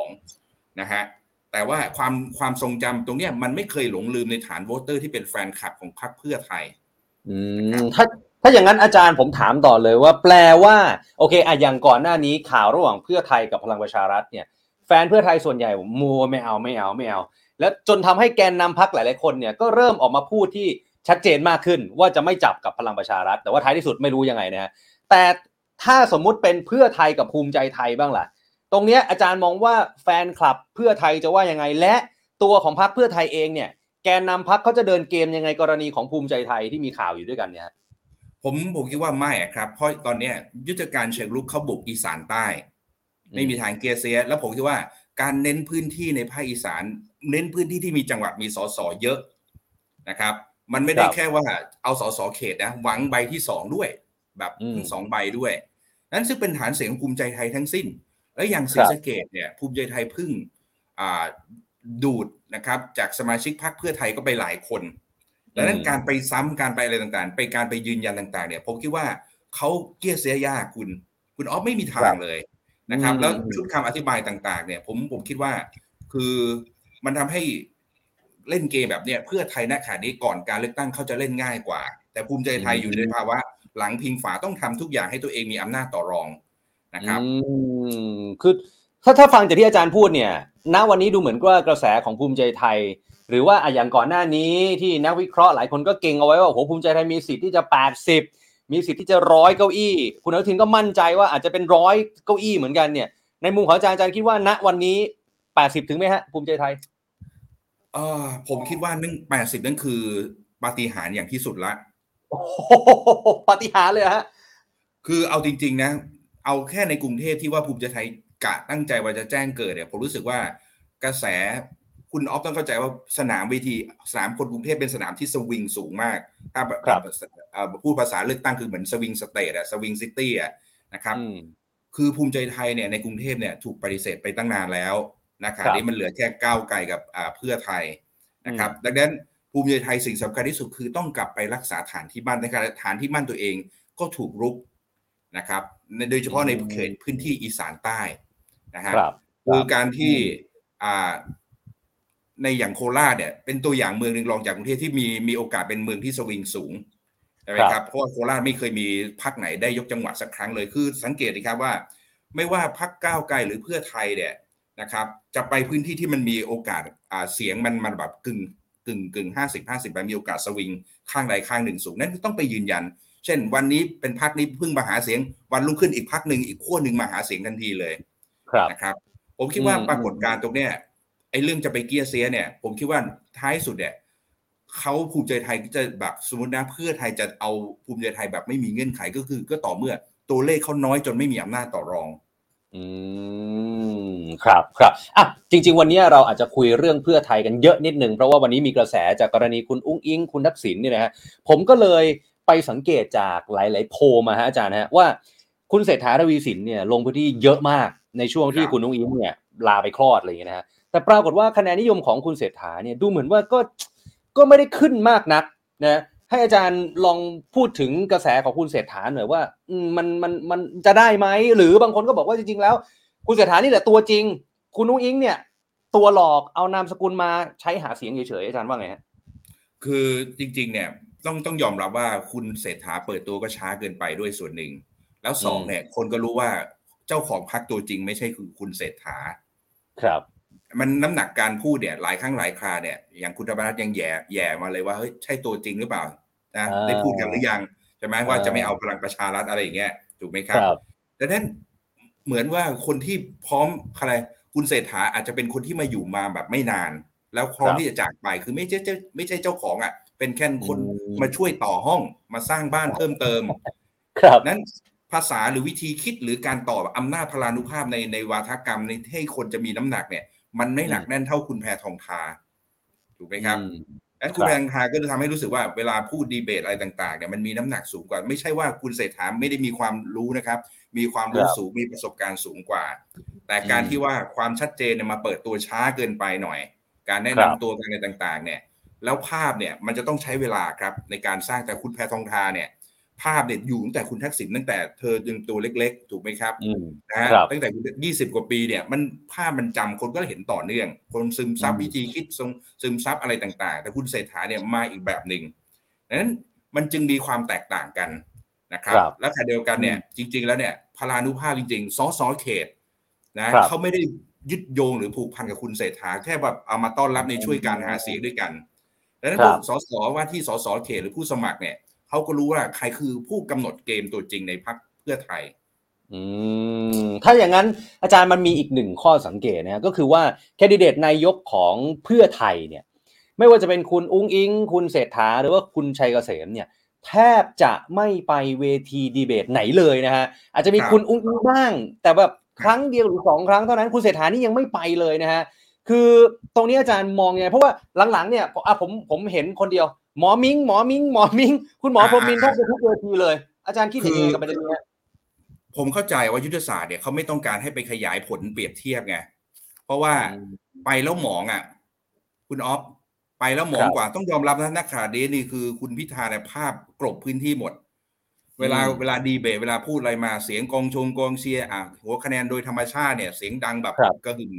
62นะฮะแต่ว่าความทรงจำตรงนี้มันไม่เคยหลงลืมในฐานโวเตอร์ที่เป็นแฟนคลับของพรรคเพื่อไทยถ้าอย่างนั้นอาจารย์ผมถามต่อเลยว่าแปลว่าโอเคอย่างก่อนหน้านี้ข่าวระหว่างเพื่อไทยกับพลังประชารัฐเนี่ยแฟนเพื่อไทยส่วนใหญ่มัวไม่เอาแล้วจนทำให้แกนนำพรรคหลายๆคนเนี่ยก็เริ่มออกมาพูดที่ชัดเจนมากขึ้นว่าจะไม่จับกับพลังประชารัฐแต่ว่าท้ายที่สุดไม่รู้ยังไงนะฮะแต่ถ้าสมมุติเป็นเพื่อไทยกับภูมิใจไทยบ้างล่ะตรงเนี้ยอาจารย์มองว่าแฟนคลับเพื่อไทยจะว่ายังไงและตัวของพรรคเพื่อไทยเองเนี่ยแกนนำพรรคเขาจะเดินเกมยังไงกรณีของภูมิใจไทยที่มีข่าวอยู่ด้วยกันเนี่ยผมคิดว่าไม่ครับเพราะตอนนี้ยุทธการเชิงรุกเขาบุกอีสานใต้ไม่มีทางเกียร์เสียแล้วผมคิดว่าการเน้นพื้นที่ในภาคอีสานเน้นพื้นที่ที่มีจังหวัดมีสสเยอะนะครับมันไม่ได้แค่ว่าเอาสสเขตนะหวังใบที่2ด้วยแบบถึง2ใบด้วยนั้นซึ่งเป็นฐานเสียงภูมิใจไทยทั้งสิ้นและอย่างศรีสะเกษเนี่ยภูมิใจไทยพึ่งดูดนะครับจากสมาชิกพรรคเพื่อไทยก็ไปหลายคนดังนั้นการไปซ้ำการไปอะไรต่างๆไปการไปยืนยันต่างๆเนี่ยผมคิดว่าเขาเกลี้ยเสียยากคุณอ๊อฟไม่มีทางเลยนะครับแล้วชุดคำอธิบายต่างๆเนี่ยผมคิดว่าคือมันทำให้เล่นเกมแบบเนี้ยเพื่อไทยณขณะนี้ก่อนการเลือกตั้งเขาจะเล่นง่ายกว่าแต่ภูมิใจไทยอยู่ในภาวะหลังพิงฝาต้องทำทุกอย่างให้ตัวเองมีอำนาจต่อรองนะครับคือถ้าฟังจากที่อาจารย์พูดเนี่ยณวันนี้ดูเหมือนว่ากระแสของภูมิใจไทยหรือว่าอย่างก่อนหน้านี้ที่นักวิเคราะห์หลายคนก็เก่งเอาไว้ว่าโหภูมิใจไทยมีสิทธิ์ที่จะ80มีสิทธิ์ที่จะ100เก้าอี้คุณอนุทินก็มั่นใจว่าอาจจะเป็น100เก้าอี้เหมือนกันเนี่ยในมุมของอาจารย์คิดว่าณวันนี้80ถึงไหมฮะภูมิใจไทยผมคิดว่า80นั่นคือปาฏิหาริย์อย่างที่สุดละปาฏิหาริย์เลยฮะคือเอาจริงๆนะเอาแค่ในกรุงเทพที่ว่าภูมิใจไทยกะตั้งใจว่าจะแจ้งเกิดเนี่ยผมรู้สึกว่ากระแสคุณออฟต้องเข้าใจว่าสนามเวทีสนามคนกรุงเทพเป็นสนามที่สวิงสูงมากถ้าพูดภาษาเลือกตั้งคือเหมือนสวิงสเตทอะสวิงซิตี้อะนะครับคือภูมิใจไทยเนี่ยในกรุงเทพเนี่ยถูกปฏิเสธไปตั้งนานแล้วนะครับนี้มันเหลือแค่ก้าวไกลกับเพื่อไทยนะครับดังนั้นภูมิใจไทยสิ่งสำคัญที่สุดคือต้องกลับไปรักษาฐานที่มั่นนะครับฐานที่มั่นตัวเองก็ถูกรุกนะครับโดยเฉพาะในเขตพื้นที่อีสานใต้นะฮะคือการที่ในอย่างโคราชเนี่ยเป็นตัวอย่างเมืองหนึ่งรองจากกรุงเทพที่มีโอกาสเป็นเมืองที่สวิงสูงใช่ไหมครับเพราะว่าโคราชไม่เคยมีพรรคไหนได้ยกจังหวัดสักครั้งเลยคือสังเกตดีครับว่าไม่ว่าพรรคก้าวไกลหรือเพื่อไทยเนี่ยนะครับจะไปพื้นที่ที่มันมีโอกาสเสียงมันแบบกึ่ง50-50แบบมีโอกาสสวิงข้างใดข้างหนึ่งสูงนั่นต้องไปยืนยันเช่นวันนี้เป็นพรรคนี้เพิ่งมาหาเสียงวันรุ่งขึ้นอีกพรรคหนึ่งอีกขั้วหนึ่งมาหาเสียงทันทีเลยนะครับผมคิดว่าปรากฏการณ์ตรงเนี้ยไอ้เรื่องจะไปเกียร์เสียเนี่ยผมคิดว่าท้ายสุดเนี่ยเขาภูมิใจไทยจะแบบสมมตินะเพื่อไทยจะเอาภูมิใจไทยแบบไม่มีเงื่อนไขก็ต่อเมื่อตัวเลขเขาน้อยจนไม่มีอำนาจต่อรองครับจริงๆวันนี้เราอาจจะคุยเรื่องเพื่อไทยกันเยอะนิดนึงเพราะว่าวันนี้มีกระแสจากกรณีคุณอุ้งอิงคุณทักษิณเนี่ยนะฮะผมก็เลยไปสังเกตจากหลายๆโพลมาฮะอาจารย์ฮะว่าคุณเศรษฐาทวีสินเนี่ยลงพื้นที่เยอะมากในช่วงที่คุณอุ้งอิงเนี่ยลาไปคลอดอะไรอย่างเงี้ยนะฮะแต่ปรากฏว่าคะแนนนิยมของคุณเศรษฐาเนี่ยดูเหมือนว่าก็ไม่ได้ขึ้นมากนักนะให้อาจารย์ลองพูดถึงกระแสของคุณเศรษฐาหน่อยว่ามันจะได้ไหมหรือบางคนก็บอกว่าจริงๆแล้วคุณเศรษฐานี่แหละตัวจริงคุณนุ้งอิงเนี่ยตัวหลอกเอานามสกุลมาใช้หาเสียงเฉยๆอาจารย์ว่าไงฮะคือจริงๆเนี่ยต้องยอมรับว่าคุณเศรษฐาเปิดตัวก็ช้าเกินไปด้วยส่วนหนึ่งแล้วสองเนี่ยคนก็รู้ว่าเจ้าของพรรคตัวจริงไม่ใช่คือคุณเศรษฐาครับมันน้ำหนักการพูดเนี่ยหลายครั้งหลายคราเนี่ยอย่างคุณธรรมนัสยังแย่มาเลยว่าเฮ้ยใช่ตัวจริงหรือเปล่านะได้พูดกันหรือยังใช่ไหมว่าจะไม่เอาพลังประชารัฐอะไรอย่างเงี้ยถูกไหมครับดังนั้นเหมือนว่าคนที่พร้อมอะไรคุณเศรษฐาอาจจะเป็นคนที่มาอยู่มาแบบไม่นานแล้วพร้อมที่จะจากไปคือไม่ใช่เจ้าของอ่ะเป็นแค่คนมาช่วยต่อห้องมาสร้างบ้านเพิ่มเติมนั้นภาษาหรือวิธีคิดหรือการต่ออำนาจพลานุภาพในวาทกรรมในให้คนจะมีน้ำหนักเนี่ยมันไม่หนักแน่นเท่าคุณแพทองธาถูกไหมครับและคุณแพทองธาก็จะทำให้รู้สึกว่าเวลาพูดดีเบตอะไรต่างๆเนี่ยมันมีน้ำหนักสูงกว่าไม่ใช่ว่าคุณเศรษฐาไม่ได้มีความรู้นะครับมีความรู้สูงมีประสบการณ์สูงกว่าแต่การที่ว่าความชัดเจนเนี่ยมาเปิดตัวช้าเกินไปหน่อยการแนะนำตัวกันในต่างๆเนี่ยแล้วภาพเนี่ยมันจะต้องใช้เวลาครับในการสร้างแต่คุณแพทองธาเนี่ยภาพเนี่ยอยู่ตั้งแต่คุณทักษิณตั้งแต่เธอยังตัวเล็กๆถูกไหมครับนะฮะตั้งแต่20 กว่าปีเนี่ยมันภาพมันจำคนก็เห็นต่อเนื่องคนซึมซับวิธีคิดซึมซับอะไรต่างๆแต่คุณเศรษฐาเนี่ยมาอีกแบบหนึ่งดังนั้นมันจึงมีความแตกต่างกันนะครับและขณะเดียวกันเนี่ยจริงๆแล้วเนี่ยพลานุภาพจริงๆสสเขตนะเขาไม่ได้ยึดโยงหรือผูกพันกับคุณเศรษฐาแค่แบบเอามาต้อนรับในช่วยการหาเสียงด้วยกันดังนั้นพวกสสว่าที่สสเขตหรือผู้สมัครเนี่ยเขาก็รู้ว่าใครคือผู้กำหนดเกมตัวจริงในพรรคเพื่อไทยถ้าอย่างนั้นอาจารย์มันมีอีกหนึ่งข้อสังเกตนะก็คือว่าแคนดิเดตนายกของเพื่อไทยเนี่ยไม่ว่าจะเป็นคุณอุ้งอิงคุณเศรษฐาหรือว่าคุณชัยเกษมเนี่ยแทบจะไม่ไปเวทีดีเบตไหนเลยนะฮะอาจจะมีคุณอุ้งอิงบ้างแต่แบบครั้งเดียวหรือ2 ครั้งเท่านั้นคุณเศรษฐานี่ยังไม่ไปเลยนะฮะคือตรงนี้อาจารย์มองยังไงเพราะว่าหลังๆเนี่ยผมเห็นคนเดียวหมอมิงคุณหมอพรหมินทร์แทบจะทุกเวทีเลยอาจารย์คิดเห็นยังไงกับประเด็นนี้ผมเข้าใจว่ายุทธศาสตร์เนี่ยเขาไม่ต้องการให้ไปขยายผลเปรียบเทียบไงเพราะว่าไปแล้วหมองอ่ะคุณออฟไปแล้วหมองกว่าต้องยอมรับนะนักข่าวเดนี่คือคุณพิธาเนี่ยภาพกลบพื้นที่หมดเวลาดีเบตเวลาพูดอะไรมาเสียงกองเชียร์หัวคะแนนโดยธรรมชาติเนี่ยเสียงดังแบบกระหึ่ม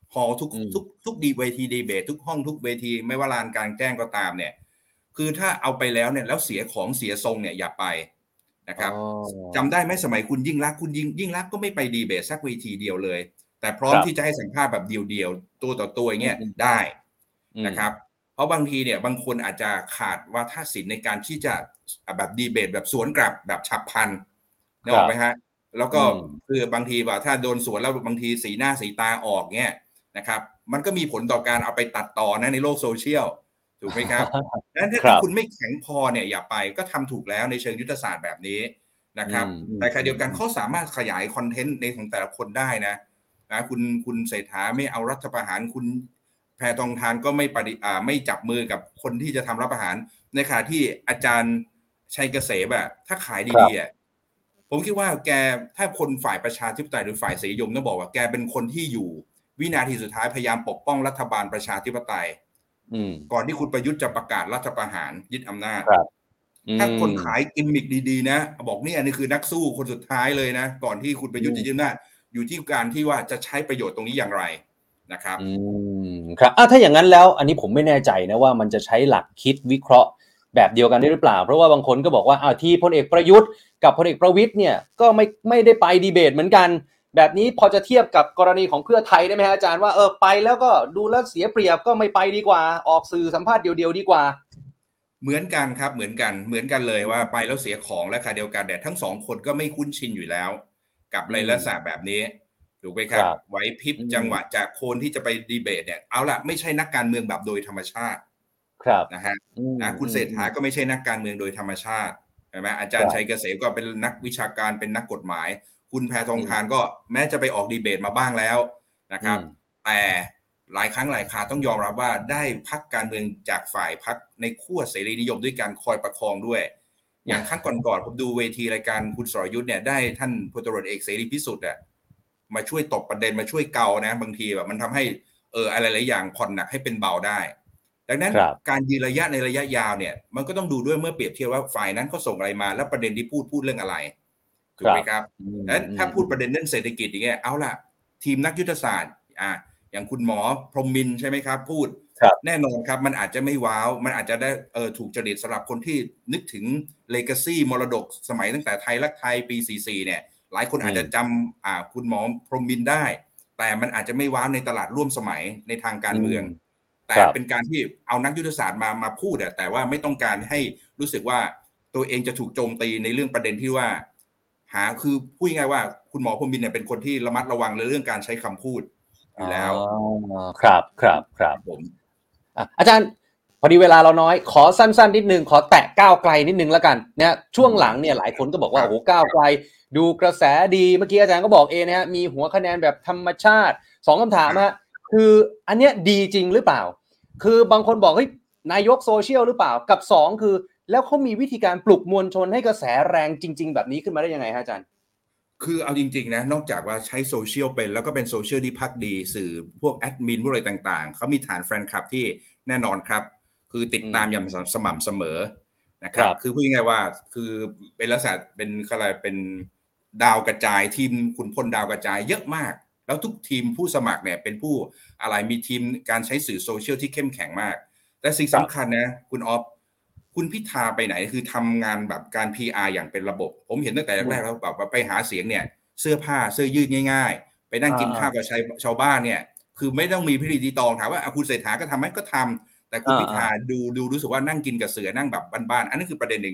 ฮอลทุกดีเวทีดีเบตทุกห้องทุกเวทีไม่ว่าลานกลางแจ้งก็ตามเนี่ยคือถ้าเอาไปแล้วเนี่ยแล้วเสียของเสียทรงเนี่ยอย่าไปนะครับจำได้ไหมสมัยคุณยิ่งลักษณ์คุณยิ่งลักษณ์ก็ไม่ไปดีเบตสักเวทีเดียวเลยแต่พร้อมที่จะให้สัมภาษณ์แบบเดียวๆตัวต่อตัวอย่างเงี้ยได้นะครับเพราะบางทีเนี่ยบางคนอาจจะขาดวาทศิลป์ในการที่จะแบบดีเบตแบบสวนกลับแบบฉับพลันนึกออกไหมฮะแล้วก็คือบางทีว่าถ้าโดนสวนแล้วบางทีสีหน้าสีตาออกเนี่ยนะครับมันก็มีผลต่อการเอาไปตัดต่อนะในโลกโซเชียลถูกไหมครับดังนั้นถ้าคุณไม่แข็งพอเนี่ยอย่าไปก็ทำถูกแล้วในเชิงยุทธศาสตร์แบบนี้นะครับแต่ขณะเดียวกันเขาสามารถขยายคอนเทนต์ในของแต่ละคนได้นะคุณเศรษฐาไม่เอารัฐประหารคุณแพทองธารก็ไม่จับมือกับคนที่จะทำรัฐประหารในขณะที่อาจารย์ชัยเกษมแบบถ้าขายดีๆผมคิดว่าแกถ้าคนฝ่ายประชาธิปไตยหรือฝ่ายเสรีนิยมต้องบอกว่าแกเป็นคนที่อยู่วินาทีสุดท้ายพยายามปกป้องรัฐบาลประชาธิปไตยก่อนที่คุณประยุทธ์จะประกาศรัฐประหารยึดอำนาจถ้าคนขายกิมมิคดีๆนะบอกนี่คือนักสู้คนสุดท้ายเลยนะก่อนที่คุณประยุทธ์จะยึดอำนาจอยู่ที่การที่ว่าจะใช้ประโยชน์ตรงนี้อย่างไรนะครับครับถ้าอย่างนั้นแล้วอันนี้ผมไม่แน่ใจนะว่ามันจะใช้หลักคิดวิเคราะห์แบบเดียวกันได้หรือเปล่าเพราะว่าบางคนก็บอกว่าที่พลเอกประยุทธ์กับพลเอกประวิตรเนี่ยก็ไม่ได้ไปดีเบตเหมือนกันแบบนี้พอจะเทียบกับกรณีของเพื่อไทยได้ไหมฮะอาจารย์ว่าไปแล้วก็ดูแล้วเสียเปรียบก็ไม่ไปดีกว่าออกสื่อสัมภาษณ์เดียวๆดีกว่าเหมือนกันครับเหมือนกันเลยว่าไปแล้วเสียของและค่ะเดียวกันแต่ทั้งสองคนก็ไม่คุ้นชินอยู่แล้วกับในลักษณะแบบนี้ถูกไหมครับไหวพริบจังหวะจากคนที่จะไปดีเบตเนี่ยเอาล่ะไม่ใช่นักการเมืองแบบโดยธรรมชาตินะฮะคุณเศรษฐาก็ไม่ใช่นักการเมืองโดยธรรมชาติใช่ไหมอาจารย์ชัยเกษมก็เป็นนักวิชาการเป็นนักกฎหมายคุณแพทองธารก็แม้จะไปออกดีเบตมาบ้างแล้วนะครับแต่หลายครั้งหลายคราต้องยอมรับว่าได้พรรคการเมืองจากฝ่ายพรรคในขั้วเสรีนิยมด้วยการคอยประคองด้วยอย่างครั้งก่อนๆผมดูเวทีรายการคุณสรยุทธ์เนี่ยได้ท่านพลตำรวจเอกเสรีพิสุทธิ์เนี่ยมาช่วยตบประเด็นมาช่วยเกานะบางทีแบบมันทำให้อะไรหลายอย่างผ่อนหนักให้เป็นเบาได้ดังนั้นการยืนระยะในระยะยาวเนี่ยมันก็ต้องดูด้วยเมื่อเปรียบเทียบว่าฝ่ายนั้นเขาส่งอะไรมาแล้วประเด็นที่พูดเรื่องอะไรถูกไหมครับแล้วถ้าพูดประเด็นเรื่องเศรษฐกิจอย่างเงี้ยเอาล่ะทีมนักยุทธศาสตร์อย่างคุณหมอพรหมินทร์ใช่ไหมครับพูดแน่นอนครับมันอาจจะไม่ว้าวมันอาจจะได้ถูกจริตสำหรับคนที่นึกถึงเลกาซีมรดกสมัยตั้งแต่ไทยรักไทยปี44เนี่ยหลายคนอาจจะจำคุณหมอพรหมินทร์ได้แต่มันอาจจะไม่ว้าวในตลาดร่วมสมัยในทางการเมืองแต่เป็นการที่เอานักยุทธศาสตร์มาพูดแต่ว่าไม่ต้องการให้รู้สึกว่าตัวเองจะถูกโจมตีในเรื่องประเด็นที่ว่าคือพูดง่ายๆว่าคุณหมอพรหมินทร์เนี่ยเป็นคนที่ระมัดระวังในเรื่องการใช้คำพูดอยู่แล้วครับผมอาจารย์พอดีเวลาเราน้อยขอสั้นๆนิดนึงขอแตะก้าวไกลนิดนึงแล้วกันเนี่ยช่วงหลังเนี่ยหลายคนก็บอกว่าโอ้โหก้าวไกลดูกระแสดีเมื่อกี้อาจารย์ก็บอกนะฮะมีหัวคะแนนแบบธรรมชาติ2คำถามฮะคืออันเนี้ยดีจริงหรือเปล่าคือบางคนบอกเฮ้ยนายกโซเชียลหรือเปล่ากับ2คือแล้วเขามีวิธีการปลุกมวลชนให้กระแสแรงจริงๆแบบนี้ขึ้นมาได้ยังไงฮะอาจารย์คือเอาจริงๆนะนอกจากว่าใช้โซเชียลเป็นแล้วก็เป็นโซเชียลที่พักดีสื่อพวกแอดมินพวกอะไรต่างๆเขามีฐานแฟนคลับที่แน่นอนครับคือติดตามอย่างสม่ำเสมอนะครับคือพูดง่ายๆว่าคือเป็นลักษณะเป็นอะไรเป็นดาวกระจายทีมขุนพลดาวกระจายเยอะมากแล้วทุกทีมผู้สมัครเนี่ยเป็นผู้อะไรมีทีมการใช้สื่อโซเชียลที่เข้มแข็งมากแต่สิ่งสำคัญนะคุณออฟคุณพิธาไปไหนคือทำงานแบบการ PR อย่างเป็นระบบผมเห็นตั้งแต่แรกแล้วแบบไปหาเสียงเนี่ยเสื้อยืดง่ายๆไปนั่งกินข้าวกับชาวบ้านเนี่ยคือไม่ต้องมีพิธีรีตองถามว่าคุณเศรษฐาก็ทำไหมก็ทำแต่คุณพิธาดูรู้สึกว่านั่งกินกับเสือนั่งแบบบ้านๆอันนั้นคือประเด็นหนึ่ง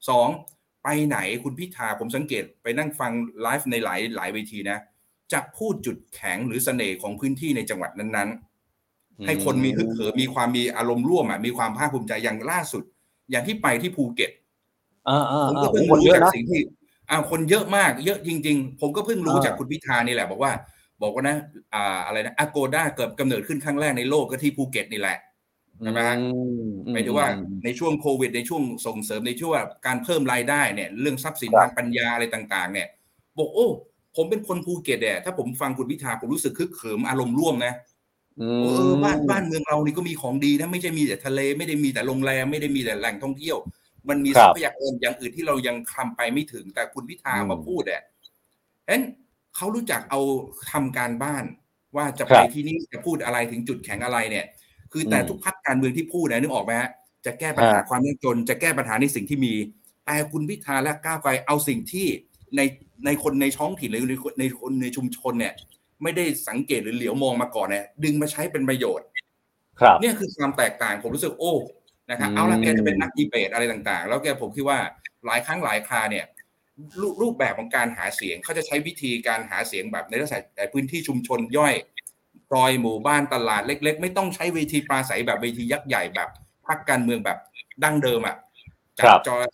2ไปไหนคุณพิธาผมสังเกตไปนั่งฟังไลฟ์ในหลายเวทีนะจะพูดจุดแข็งหรือเสน่ห์ของพื้นที่ในจังหวัดนั้นๆให้คนมีฮึกเหิมมีความมีอารมณ์ร่วมมีความภาคภูมิใจอย่างล่าสุดอย่างที่ไปที่ภูเก็ตผมก็เพิ่งรู้จากสิ่งที่คนเยอะมากเยอะจริงๆผมก็เพิ่งรู้จากคุณพิธานี่แหละบอกว่านะอะไรนะ Agoda เกิดกำเนิดขึ้นครั้งแรกในโลกก็ที่ภูเก็ตนี่แหละใช่ไหมฮะหมายถึงว่าในช่วงโควิดในช่วงส่งเสริมในช่วงการเพิ่มรายได้เนี่ยเรื่องทรัพย์สินทางปัญญาอะไรต่างๆเนี่ยบอกโอ้ผมเป็นคนภูเก็ตถ้าผมฟังคุณพิธาผมรู้สึกคึกเขิมอารมณ์ร่วมนะบ้านเมืองเรานี่ก็มีของดีนะไม่ใช่มีแต่ทะเลไม่ได้มีแต่โรงแรมไม่ได้มีแต่แหล่งท่องเที่ยวมันมีทรัพยากรอย่างอื่นที่เรายังคลำไปไม่ถึงแต่คุณพิธามาพูดเห็นเขารู้จักเอาทำการบ้านว่าจะไปที่นี่จะพูดอะไรถึงจุดแข็งอะไรเนี่ยคือแต่ทุกพรรคการเมืองที่พูดนะนึกออกไหมฮะจะแก้ปัญหาความยากจนจะแก้ปัญหาในสิ่งที่มีแต่คุณพิธาและก้าวไกลเอาสิ่งที่ในคนในท้องถิ่นหรือในคนในชุมชนเนี่ยไม่ได้สังเกตหรือเหลียวมองมาก่อนเนี่ยดึงมาใช้เป็นประโยชน์เนี่ยคือความแตกต่างผมรู้สึกโอ้นะครับเอาละแกจะเป็นนักดีเบตอะไรต่างๆแล้วแกผมคิดว่าหลายครั้งหลายคราเนี่ยรูปแบบของการหาเสียงเขาจะใช้วิธีการหาเสียงแบบในลักษณะพื้นที่ชุมชนย่อยซอยหมู่บ้านตลาดเล็กๆไม่ต้องใช้เวทีปราศัยแบบเวทียักษ์ใหญ่แบบพรรคการเมืองแบบดั้งเดิมอ่ะจัดจอ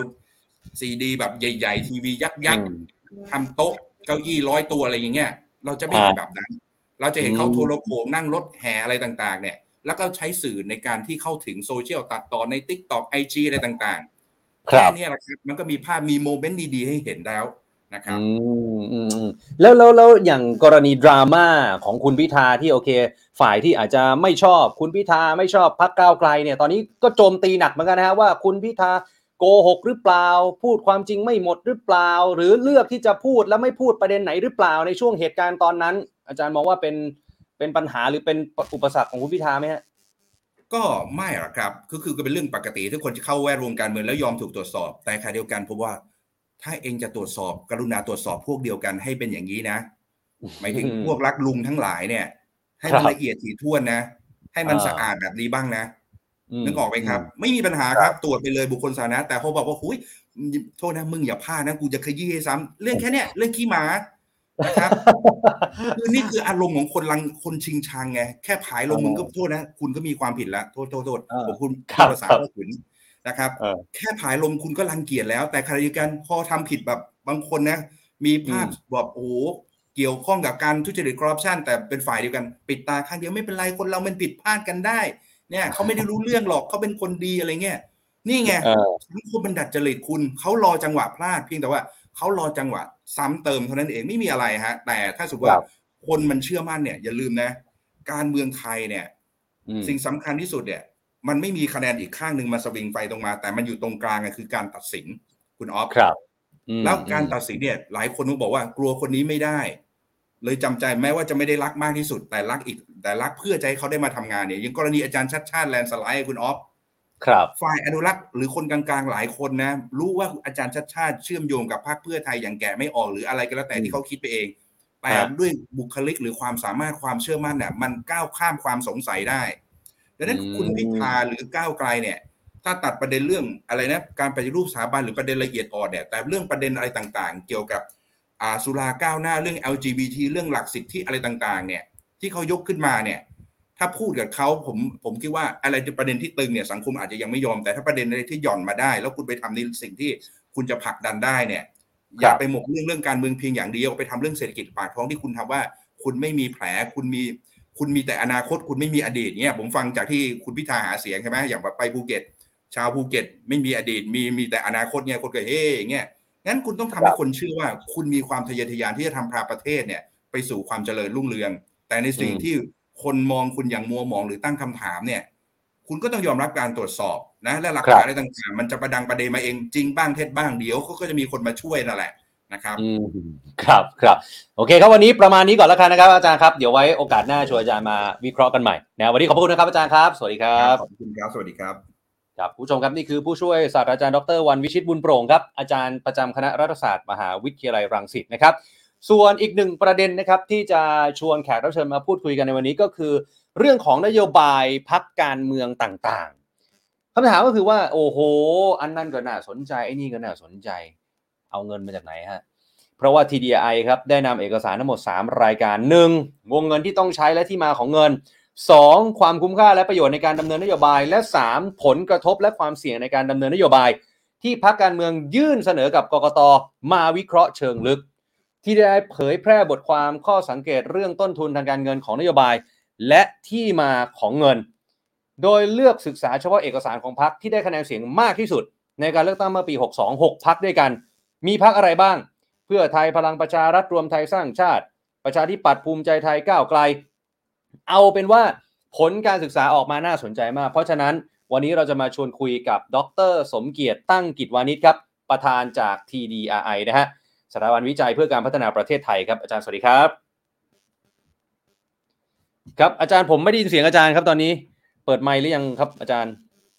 LCD แบบใหญ่ๆทีวียักษ์ทำโต๊ะเก้าอี้100 ตัวอะไรอย่างเงี้ยเราจะไม่เห็นแบบนั้นเราจะเห็นเขาโทรโขงนั่งรถแห่อะไรต่างๆเนี่ยแล้วก็ใช้สื่อในการที่เข้าถึงโซเชียลตัดต่อใน TikTok IG อะไรต่างๆแค่นี้แหละครับมันก็มีภาพมีโมเมนต์ดีๆให้เห็นแล้วนะครับแล้วอย่างกรณีดราม่าของคุณพิธาที่โอเคฝ่ายที่อาจจะไม่ชอบคุณพิธาไม่ชอบพรรคก้าวไกลเนี่ยตอนนี้ก็โจมตีหนักเหมือนกันนะฮะว่าคุณพิธาโกหกหรือเปล่าพูดความจริงไม่หมดหรือเปล่าหรือเลือกที่จะพูดแล้วไม่พูดประเด็นไหนหรือเปล่าในช่วงเหตุการณ์ตอนนั้นอาจารย์มองว่าเป็นปัญหาหรือเป็นอุปสรรคของคุณพิธาไหมฮะก็ไม่หรอกครับคือเป็นเรื่องปกติทุกคนจะเข้าแวดวงการเมืองแล้วยอมถูกตรวจสอบแต่ขณะเดียวกันผมว่าถ้าเองจะตรวจสอบกรุณาตรวจสอบพวกเดียวกันให้เป็นอย่างนี้นะหมายถึงพวกรักลุงทั้งหลายเนี่ยให้มันละเอียดถี่ถ้วนนะให้มันสะอาดแบบนี้บ้างนะนึกออกไหมครับไม่มีปัญหาครับตรวจไปเลยบุคคลสาธารณะแต่พอบอกว่าหุยโทษนะมึงอย่าพลาดนะกูจะขยี้ให้ซ้ำเรื่องแค่เนี้ยเรื่องขี้หมานะครับคือนี่คืออารมณ์ของคนชิงชังไงแค่ผายลงมึงก็โทษนะคุณก็มีความผิดแล้วโทษผมคุณภาษาพ่อขุนนะครับแค่ผายลมคุณก็รังเกียจแล้วแต่ขณะเดียวกันพอทำผิดแบบบางคนนะมีภาพแบบโอ้เกี่ยวข้องกับการทุจริตคอร์รัปชันแต่เป็นฝ่ายเดียวกันปิดตาข้างเดียวไม่เป็นไรคนเรามันผิดพลาดกันได้เนี่ยเขาไม่ได้รู้เรื่องหรอกเขาเป็นคนดีอะไรเงี้ยนี่ไงสังคมมันดัดจริตคุณเขารอจังหวะพลาดเพียงแต่ว่าเขารอจังหวะซ้ำเติมเท่านั้นเองไม่มีอะไรฮะแต่ถ้าสมมติว่าคนมันเชื่อมั่นเนี่ยอย่าลืมนะการเมืองไทยเนี่ยสิ่งสำคัญที่สุดเนี่ยมันไม่มีคะแนนอีกข้างหนึ่งมาสวิงไฟตรงมาแต่มันอยู่ตรงกลางคือการตัดสินคุณออฟแล้วการตัดสินเนี่ยหลายคนก็บอกว่ากลัวคนนี้ไม่ได้เลยจำใจแม้ว่าจะไม่ได้รักมากที่สุดแต่รักเพื่อจะให้เขาได้มาทำงานเนี่ยอย่างกรณีอาจารย์ชัดชาติแลนด์สไลด์คุณออฟฝ่ายอนุรักษ์หรือคนกลางๆหลายคนนะรู้ว่าอาจารย์ชัดชาติเชื่อมโยงกับพรรคเพื่อไทยอย่างแก่ไม่ออกหรืออะไรก็แล้วแต่ที่เขาคิดไปเองแต่ด้วยบุคลิกหรือความสามารถความเชื่อมั่นเนี่ยมันก้าวข้ามความสงสัยได้ดังนั้นคุณพิธาหรือก้าวไกลเนี่ยถ้าตัดประเด็นเรื่องอะไรนะการปฏิรูปสถาบันหรือประเด็นละเอียดอ่อนเนี่ยแต่เรื่องประเด็นอะไรต่างๆเกี่ยวกับสุราก้าวหน้าเรื่อง LGBT เรื่องหลักสิทธิอะไรต่างๆเนี่ยที่เขายกขึ้นมาเนี่ยถ้าพูดกับเขาผมคิดว่าอะไรประเด็นที่ตึงเนี่ยสังคมอาจจะยังไม่ยอมแต่ถ้าประเด็นอะไรที่หย่อนมาได้แล้วคุณไปทำในสิ่งที่คุณจะผลักดันได้เนี่ยอย่าไปหมกเรื่องการเมืองเพียงอย่างเดียวไปทำเรื่องเศรษฐกิจปากท้องที่คุณทำว่าคุณไม่มีแผลคุณมีแต่อนาคตคุณไม่มีอดีตเนี่ยผมฟังจากที่คุณพิธาหาเสียงใช่ไหมอย่างแบบไปภูเก็ตชาวภูเก็ตไม่มีอดีตมีแต่อนาคตเนี่ยคนก็เฮ้อย่างเงี้ยงั้นคุณต้องทำให้คนเชื่อว่าคุณมีความทะเยอทะยานที่จะทำพาประเทศเนี่ยไปสู่ความเจริญรุ่งเรืองแต่ในสิ่งที่คนมองคุณอย่างมัวหมองหรือตั้งคำถามเนี่ยคุณก็ต้องยอมรับการตรวจสอบนะและหลักฐานอะไรต่างๆมันจะประดังประเดมาเองจริงบ้างเท็จบ้างเดี๋ยวเขาก็จะมีคนมาช่วยนั่นแหละนะครับครับโอเคครับวันนี้ประมาณนี้ก่อนแล้วกันนะครับอาจารย์ครับเดี๋ยวไว้โอกาสหน้าชวนอาจารย์มาวิเคราะห์กันใหม่นะวันนี้ขอบคุณนะครับอาจารย์ครับสวัสดีครับขอบคุณครับสวัสดีครับครับผู้ชมครับนี่คือผู้ช่วยศาสตราจารย์ดร.วันวิชิตบุญโปร่งครับอาจารย์ประจำคณะรัฐศาสตร์มหาวิทยาลัยรังสิตนะครับส่วนอีกหนึ่งประเด็นนะครับที่จะชวนแขกรับเชิญมาพูดคุยกันในวันนี้ก็คือเรื่องของนโยบายพรรคการเมืองต่างๆคำถามก็คือว่าโอ้โหอันนั้นก็น่าสนใจไอ้นี่ก็น่าสนใจเอาเงินมาจากไหนฮะเพราะว่า TDI ครับได้นำเอกสารทั้งหมด3รายการ 1. วงเงินที่ต้องใช้และที่มาของเงิน 2. ความคุ้มค่าและประโยชน์ในการดำเนินนโยบายและ 3. ผลกระทบและความเสี่ยงในการดำเนินนโยบายที่พรรคการเมืองยื่นเสนอกับกกต.มาวิเคราะห์เชิงลึกที่ได้เผยแพร่บทความข้อสังเกตเรื่องต้นทุนทางการเงินของนโยบายและที่มาของเงินโดยเลือกศึกษาเฉพาะเอกสารของพรรคที่ได้คะแนนเสียงมากที่สุดในการเลือกตั้งเมื่อปี62 6พรรคด้วยกันมีพรรคอะไรบ้างเพื่อไทยพลังประชารัฐรวมไทยสร้างชาติประชาธิปัตย์ภูมิใจไทยก้าวไกลเอาเป็นว่าผลการศึกษาออกมาน่าสนใจมากเพราะฉะนั้นวันนี้เราจะมาชวนคุยกับดร.สมเกียรติตั้งกิจวานิชครับประธานจาก TDRI นะฮะสถาบันวิจัยเพื่อการพัฒนาประเทศไทยครับอาจารย์สวัสดีครับครับอาจารย์ผมไม่ได้ยินเสียงอาจารย์ครับตอนนี้เปิดไมค์หรือยังครับอาจารย์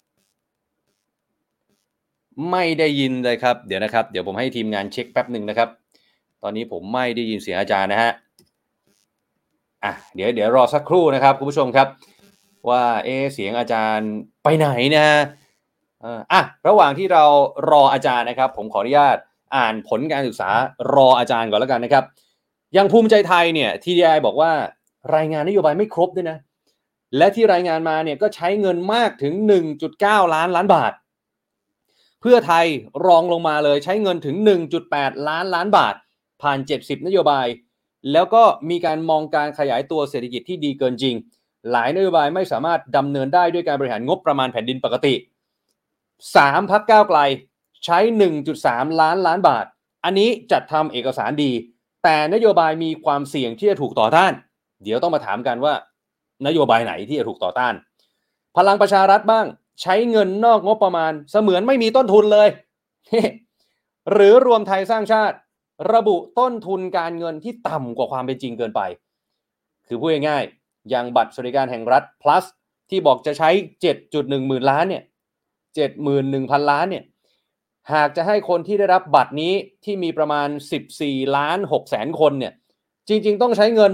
ไม่ได้ยินเลยครับเดี๋ยวนะครับเดี๋ยวผมให้ทีมงานเช็คแป๊บหนึ่งนะครับตอนนี้ผมไม่ได้ยินเสียงอาจารย์นะฮะเดี๋ยวรอสักครู่นะครับคุณผู้ชมครับว่าเสียงอาจารย์ไปไหนนะฮะระหว่างที่เรารออาจารย์นะครับผมขออนุญาตอ่านผลการศึกษารออาจารย์ก่อนแล้วกันนะครับอย่างภูมิใจไทยเนี่ย TDI บอกว่ารายงานนโยบายไม่ครบด้วยนะและที่รายงานมาเนี่ยก็ใช้เงินมากถึง 1.9 ล้านบาทเพื่อไทยรองลงมาเลยใช้เงินถึง 1.8 ล้านบาทผ่าน70นโยบายแล้วก็มีการมองการขยายตัวเศรษฐกิจที่ดีเกินจริงหลายนโยบายไม่สามารถดำเนินได้ด้วยการบริหารงบประมาณแผ่นดินปกติ3พรรคก้าวไกลใช้ 1.3 ล้านบาทอันนี้จัดทำเอกสารดีแต่นโยบายมีความเสี่ยงที่จะถูกต่อต้านเดี๋ยวต้องมาถามกันว่านโยบายไหนที่จะถูกต่อต้านพลังประชารัฐบ้างใช้เงินนอกงบประมาณเสมือนไม่มีต้นทุนเลยหรือรวมไทยสร้างชาติระบุต้นทุนการเงินที่ต่ำกว่าความเป็นจริงเกินไปคือพูดง่ายๆอย่างบัตรสวัสดิการแห่งรัฐ plus ที่บอกจะใช้ 7.1 หมื่นล้านเนี่ย 71,000 ล้านเนี่ยหากจะให้คนที่ได้รับบัตรนี้ที่มีประมาณ 14.6 ล้านคนเนี่ยจริงๆต้องใช้เงิน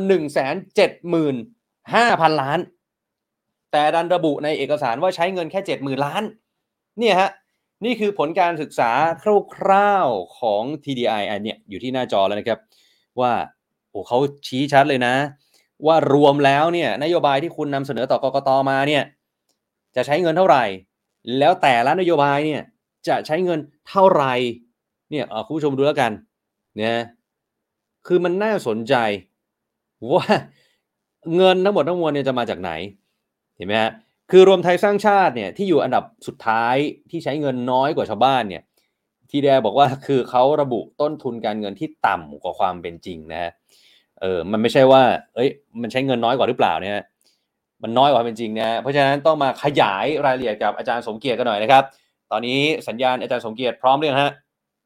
175,000 ล้านแต่ดันระบุในเอกสารว่าใช้เงินแค่ 70,000 ล้านเนี่ยฮะนี่คือผลการศึกษาคร่าวๆของ TDI อันเนี้ยอยู่ที่หน้าจอแล้วนะครับว่าเขาชี้ชัดเลยนะว่ารวมแล้วเนี่ยนโยบายที่คุณนำเสนอต่อกกต.มาเนี่ยจะใช้เงินเท่าไหร่แล้วแต่ละนโยบายเนี่ยจะใช้เงินเท่าไหร่เนี่ยคุณผู้ชมดูแล้วกันเนี่ยคือมันน่าสนใจว่าเงินทั้งหมดทั้งมวลเนี่ยจะมาจากไหนเห็นไหมฮะคือรวมไทยสร้างชาติเนี่ยที่อยู่อันดับสุดท้ายที่ใช้เงินน้อยกว่าชาวบ้านเนี่ยที่แดบอกว่าคือเขาระบุต้นทุนการเงินที่ต่ำกว่าความเป็นจริงนะฮะมันไม่ใช่ว่ามันใช้เงินน้อยกว่าหรือเปล่าเนี่ยมันน้อยกว่าเป็นจริงนะเพราะฉะนั้นต้องมาขยายรายละเอียดกับอาจารย์สมเกียรติกันหน่อยนะครับตอนนี้สัญญาณอาจารย์สมเกียรติพร้อมหรือยังฮะ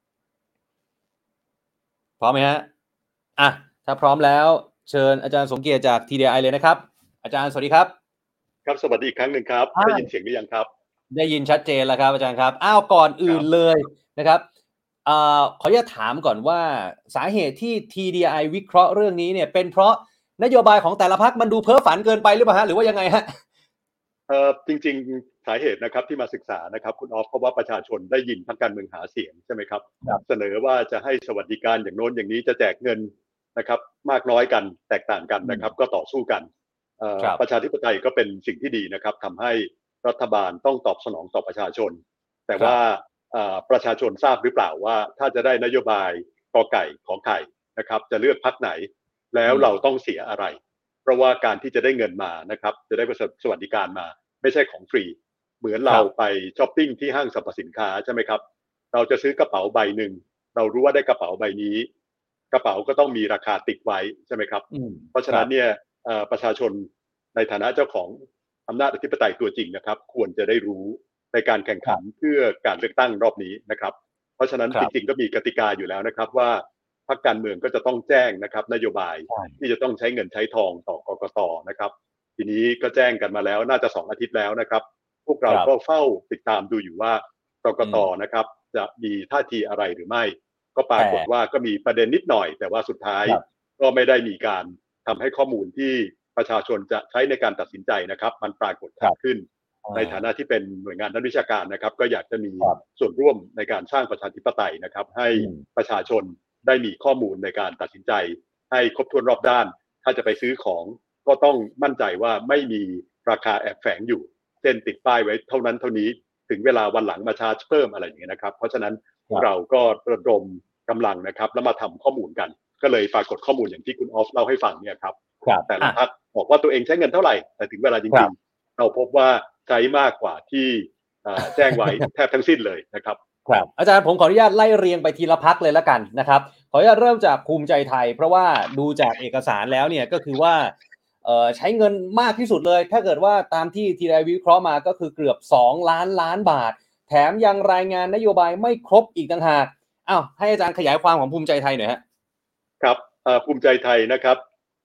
พร้อมไหมฮะถ้าพร้อมแล้วเชิญอาจารย์สมเกียรติจาก TDI เลยนะครับอาจารย์สวัสดีครับครับสวัสดีอีกครั้งหนึ่งครับได้ยินเสียงหรือยังครับได้ยินชัดเจนแล้วครับอาจารย์ครับก่อนอื่นเลยนะครับขออนุญาตถามก่อนว่าสาเหตุที่ TDI วิเคราะห์เรื่องนี้เนี่ยเป็นเพราะนโยบายของแต่ละพรรคมันดูเพ้อฝันเกินไปหรือเปล่าฮะหรือว่ายังไงฮะจริงๆสาเหตุนะครับที่มาศึกษานะครับคุณออฟเพราะว่าประชาชนได้ยินพรรคการเมืองหาเสียงใช่ไหมครับเสนอว่าจะให้สวัสดิการอย่างโน้นอย่างนี้จะแจกเงินนะครับมากน้อยกันแตกต่างกันนะครับก็ต่อสู้กันประชาธิปไตยก็เป็นสิ่งที่ดีนะครับทำให้รัฐบาลต้องตอบสนองต่อประชาชนแต่ว่าประชาชนทราบหรือเปล่าว่าถ้าจะได้นโยบายกไก่ขอไข่นะครับจะเลือกพรรคไหนแล้วเราต้องเสียอะไรเพราะว่าการที่จะได้เงินมานะครับจะได้สวัสดิการมาไม่ใช่ของฟรีเหมือนเราไปช้อปปิ้งที่ห้างสรรพสินค้าใช่ไหมครับเราจะซื้อกระเป๋าใบหนึ่งเรารู้ว่าได้กระเป๋าใบนี้กระเป๋าก็ต้องมีราคาติดไว้ใช่ไหมครับเพราะฉะนั้นเนี่ยประชาชนในฐานะเจ้าของอำนาจอธิปไตยตัวจริงนะครับควรจะได้รู้ในการแข่งขันเพื่อการเลือกตั้งรอบนี้นะครับเพราะฉะนั้นจริงๆก็มีกติกาอยู่แล้วนะครับว่าพรรคการเมืองก็จะต้องแจ้งนะครับนโยบายที่จะต้องใช้เงินใช้ทองต่อกกต.นะครับทีนี้ก็แจ้งกันมาแล้วน่าจะ2 อาทิตย์แล้วนะครับพวกเราก็เฝ้าติดตามดูอยู่ว่ากกต.นะครับจะมีท่าทีอะไรหรือไม่ก็ปรากฏว่าก็มีประเด็นนิดหน่อยแต่ว่าสุดท้ายก็ไม่ได้มีการทำให้ข้อมูลที่ประชาชนจะใช้ในการตัดสินใจนะครับมันปรากฏขึ้นในฐานะที่เป็นหน่วยงานด้านวิชาการนะครับก็อยากจะมีส่วนร่วมในการสร้างประชาธิปไตยนะครับให้ประชาชนได้มีข้อมูลในการตัดสินใจให้ครบถ้วนรอบด้านถ้าจะไปซื้อของก็ต้องมั่นใจว่าไม่มีราคาแอบแฝงอยู่เช่นติดป้ายไว้เท่านั้นเท่านี้ถึงเวลาวันหลังมาชาร์จเพิ่มอะไรอย่างเงี้ยนะครับเพราะฉะนั้นเราก็ระดมกำลังนะครับแล้วมาทำข้อมูลกันก็เลยปรากฏข้อมูลอย่างที่คุณออฟเล่าให้ฟังเนี่ยครับแต่ละพรรคบอกว่าตัวเองใช้เงินเท่าไหร่แต่ถึงเวลาจริงๆเราพบว่าใช้มากกว่าที่แจ้งไว้แทบทั้งสิ้นเลยนะครับครับอาจารย์ผมขออนุญาตไล่เรียงไปทีละพรรคเลยละกันนะครับขออนุญาตเริ่มจากภูมิใจไทยเพราะว่าดูจากเอกสารแล้วเนี่ยก็คือว่าใช้เงินมากที่สุดเลยถ้าเกิดว่าตามที่ทีไดวิเคราะห์มาก็คือเกือบ2 ล้านบาทแถมยังรายงานนโยบายไม่ครบอีกต่างหากให้อาจารย์ขยายความของภูมิใจไทยหน่อยฮะครับภูมิใจไทยนะครับ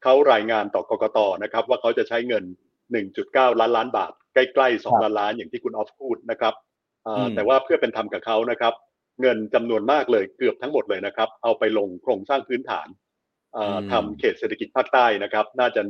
เขารายงานต่อกกต.นะครับว่าเขาจะใช้เงิน 1.9 ล้านบาทใกล้ๆ2ล้านอย่างที่คุณออฟพูดนะครับแต่ว่าเพื่อเป็นธรรมกับเขานะครับเงินจำนวนมากเลยเกือบทั้งหมดเลยนะครับเอาไปลงโครงสร้างพื้นฐานทำเขตเศรษฐกิจภาคใต้นะครับน่าจะ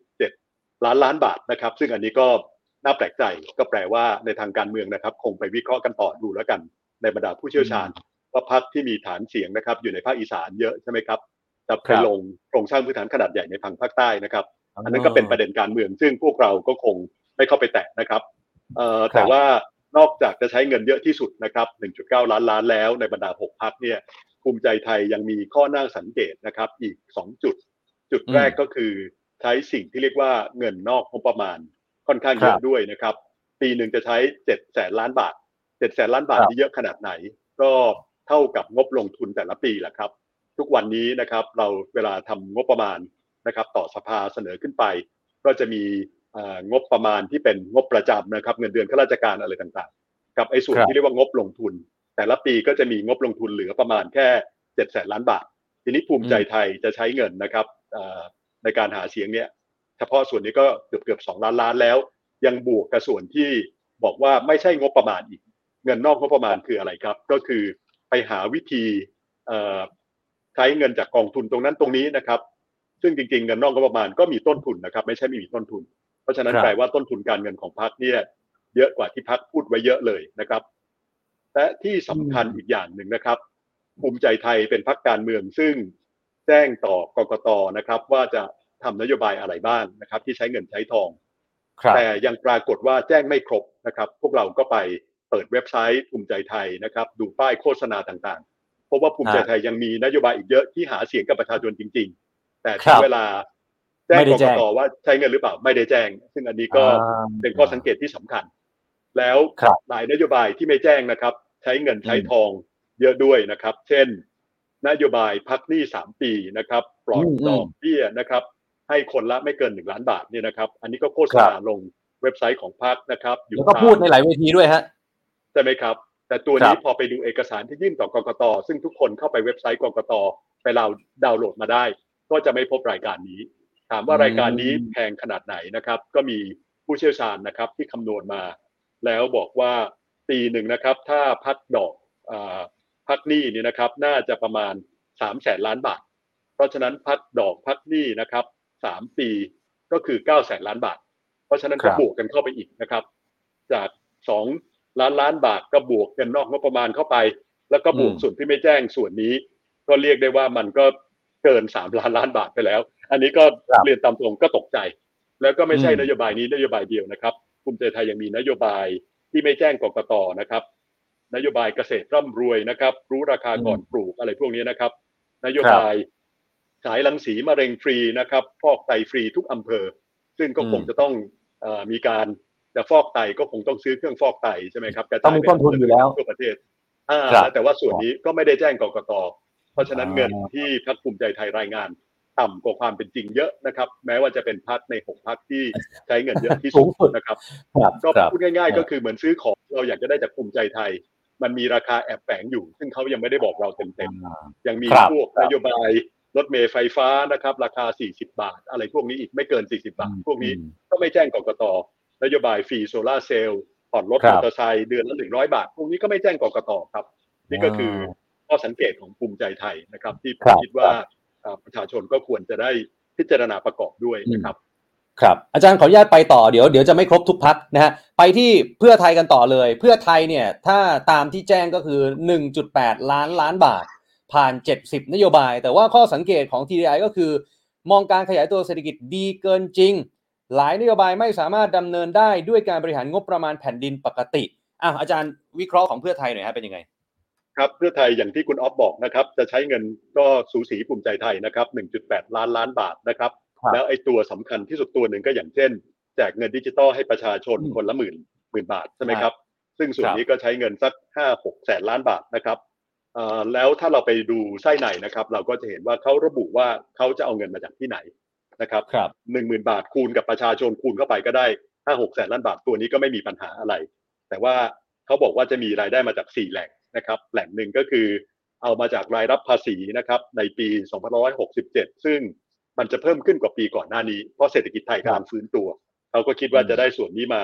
1.7 ล้านบาทนะครับซึ่งอันนี้ก็น่าแปลกใจก็แปลว่าในทางการเมืองนะครับคงไปวิเคราะห์กันต่อดูแล้วกันในบรรดาผู้เชี่ยวชาญว่าพรรคที่มีฐานเสียงนะครับอยู่ในภาคอีสานเยอะใช่ไหมครับจะไปลงโครงสร้างพื้นฐานขนาดใหญ่ในทางภาคใต้นะครับอันนั้นก็เป็นประเด็นการเมืองซึ่งพวกเราก็คงไม่เข้าไปแตะนะครับแต่ว่านอกจากจะใช้เงินเยอะที่สุดนะครับ 1.9 ล้านแล้วในบรรดา6พรรคเนี่ยภูมิใจไทยยังมีข้อน่าสังเกตนะครับอีก2จุดแรกก็คือใช้สิ่งที่เรียกว่าเงินนอกงบประมาณค่อนข้างเยอะด้วยนะครับปีหนึ่งจะใช้700,000 ล้านบาท700,000 ล้านบาทที่เยอะขนาดไหนก็เท่ากับงบลงทุนแต่ละปีแหละครับทุกวันนี้นะครับเราเวลาทำงบประมาณนะครับต่อสภาเสนอขึ้นไปก็จะมีงบประมาณที่เป็นงบประจำนะครับเงินเดือนข้าราชการอะไรต่างๆกับไอ้ส่วนที่เรียกว่างบลงทุนแต่ละปีก็จะมีงบลงทุนเหลือประมาณแค่700,000 ล้านบาททีนี้ภูมิใจไทยจะใช้เงินนะครับในการหาเสียงเนี่ยเฉพาะส่วนนี้ก็เกือบ2 ล้านแล้วยังบวกกับส่วนที่บอกว่าไม่ใช่งบประมาณอีกเงินนอกงบประมาณคืออะไรครับก็คือไปหาวิธีใช้เงินจากกองทุนตรงนั้นตรงนี้นะครับซึ่งจริงๆเงินนอกงบประมาณก็มีต้นทุนนะครับไม่ใช่ไม่มีต้นทุนเพราะฉะนั้นแปลว่าต้นทุนการเงินของพรรคเนี่ยเยอะกว่าที่พรรคพูดไว้เยอะเลยนะครับและที่สำคัญอีกอย่างหนึ่งนะครับภูมิใจไทยเป็นพรรคการเมืองซึ่งแจ้งต่อกกต.นะครับว่าจะทำนโยบายอะไรบ้างนะครับที่ใช้เงินใช้ทองแต่ยังปรากฏว่าแจ้งไม่ครบนะครับพวกเราก็ไปเปิดเว็บไซต์ภูมิใจไทยนะครับดูป้ายโฆษณาต่างๆเพราะว่าภูมิใจไทยยังมีนโยบายอีกเยอะที่หาเสียงกับประชาชนจริงๆแต่ถึงเวลาแจ้งกกต.ว่าใช้เงินหรือเปล่าไม่ได้แจ้งซึ่งอันนี้ก็เป็นข้อสังเกตที่สำคัญแล้วหลายนโยบายที่ไม่แจ้งนะครับใช้เงินใช้ทองเยอะด้วยนะครับเช่นนโยบายพักหนี้3 ปีนะครับปลอดดอกเบี้ยนะครับให้คนละไม่เกิน1 ล้านบาทเนี่ยนะครับอันนี้ก็โฆษณาลงเว็บไซต์ของพรรคนะครับแล้วก็พูดในหลายเวทีด้วยฮะใช่ไหมครับแต่ตัวนี้พอไปดูเอกสารที่ยื่นต่อกกต.ซึ่งทุกคนเข้าไปเว็บไซต์กกต.ไปดาวน์โหลดมาได้ก็จะไม่พบรายการนี้ถามว่ารายการนี้แพงขนาดไหนนะครับก็มีผู้เชี่ยวชาญนะครับที่คำนวณมาแล้วบอกว่าปีหนึ่งนะครับถ้าพักดอกพักหนี้นี่นะครับน่าจะประมาณ300,000 ล้านบาทเพราะฉะนั้นพักดอกพักหนี้นะครับ3 ปีก็คือ900,000 ล้านบาทเพราะฉะนั้นก็บวกกันเข้าไปอีกนะครับจาก2 ล้านบาทก็บวกกันนอกงบประมาณเข้าไปแล้วก็บวกส่วนที่ไม่แจ้งส่วนนี้ก็เรียกได้ว่ามันก็เกิน3 ล้านบาทไปแล้วอันนี้ก็เรียนตามตรงก็ตกใจแล้วก็ไม่ใช่นโยบายนี้นโยบายเดียวนะครับภูมิใจไทยยังมีนโยบายที่ไม่แจ้งกกต.นะครับนโยบายเกษตรร่ำรวยนะครับรู้ราคาก่อนปลูกอะไรพวกนี้นะครับนโยบายฉายรังสีมะเร็งฟรีนะครับฟอกไตฟรีทุกอำเภอซึ่งก็คงจะต้องมีการจะฟอกไตก็คงต้องซื้อเครื่องฟอกไตใช่ไหมครับกระจายไปทั่วประเทศแต่ว่าส่วนนี้ก็ไม่ได้แจ้งกกต.เพราะฉะนั้นเงินที่พรรคภูมิใจไทยรายงานต่ำกว่าความเป็นจริงเยอะนะครับแม้ว่าจะเป็นพรรคใน6 พรรคที่ใช้เงินเยอะที่สุดนะครับก็พูดง่ายๆก็คือเหมือนซื้อของเราอยากจะได้จากภูมิใจไทยมันมีราคาแอบแฝงอยู่ซึ่งเขายังไม่ได้บอกเราเต็มๆยังมีพวกนโยบายรถเมล์ไฟฟ้านะครับราคา40 บาทอะไรพวกนี้อีกไม่เกิน40 บาทพวกนี้ก็ไม่แจ้งกกต.นโยบายฟรีโซล่าเซลล์ผ่อนรถมอเตอร์ไซค์เดือนละ100 บาทพวกนี้ก็ไม่แจ้งกกต.ครับนี่ก็คือข้อสังเกตของภูมิใจไทยนะครับที่ผมคิดว่าประชาชนก็ควรจะได้พิจารณาประกอบด้วยนะครับครับอาจารย์ขออนุญาตไปต่อเดี๋ยวจะไม่ครบทุกพรรคนะฮะไปที่เพื่อไทยกันต่อเลยเพื่อไทยเนี่ยถ้าตามที่แจ้งก็คือ 1.8 ล้านบาทผ่าน70นโยบายแต่ว่าข้อสังเกตของ TDI ก็คือมองการขยายตัวเศรษฐกิจดีเกินจริงหลายนโยบายไม่สามารถดำเนินได้ด้วยการบริหารงบประมาณแผ่นดินปกติอาจารย์วิเคราะห์ของเพื่อไทยหน่อยฮะเป็นยังไงครับเพื่อไทยอย่างที่คุณอ๊อฟบอกนะครับจะใช้เงินก็สูสีภูมิใจไทยนะครับ 1.8 ล้านบาทนะครับแล้วไอ้ตัวสำคัญที่สุดตัวหนึ่งก็อย่างเช่นแจกเงินดิจิตอลให้ประชาชนคนละหมื่นบาทใช่ไหมครับซึ่งส่วนนี้ก็ใช้เงินสัก 5-6 แสนล้านบาทนะครับแล้วถ้าเราไปดูไส้ในนะครับเราก็จะเห็นว่าเขาระบุว่าเขาจะเอาเงินมาจากที่ไหนนะครับ 10,000 บาทคูณกับประชาชนคูณเข้าไปก็ได้ 5-6 แสนล้านบาทตัวนี้ก็ไม่มีปัญหาอะไรแต่ว่าเขาบอกว่าจะมีรายได้มาจาก4 แหล่งนะครับแหล่งหนึ่งก็คือเอามาจากรายรับภาษีนะครับในปี2567ซึ่งมันจะเพิ่มขึ้นกว่าปีก่อนหน้านี้เพราะเศรษฐกิจไทยกำลังฟื้นตัวเขาก็คิดว่าจะได้ส่วนนี้มา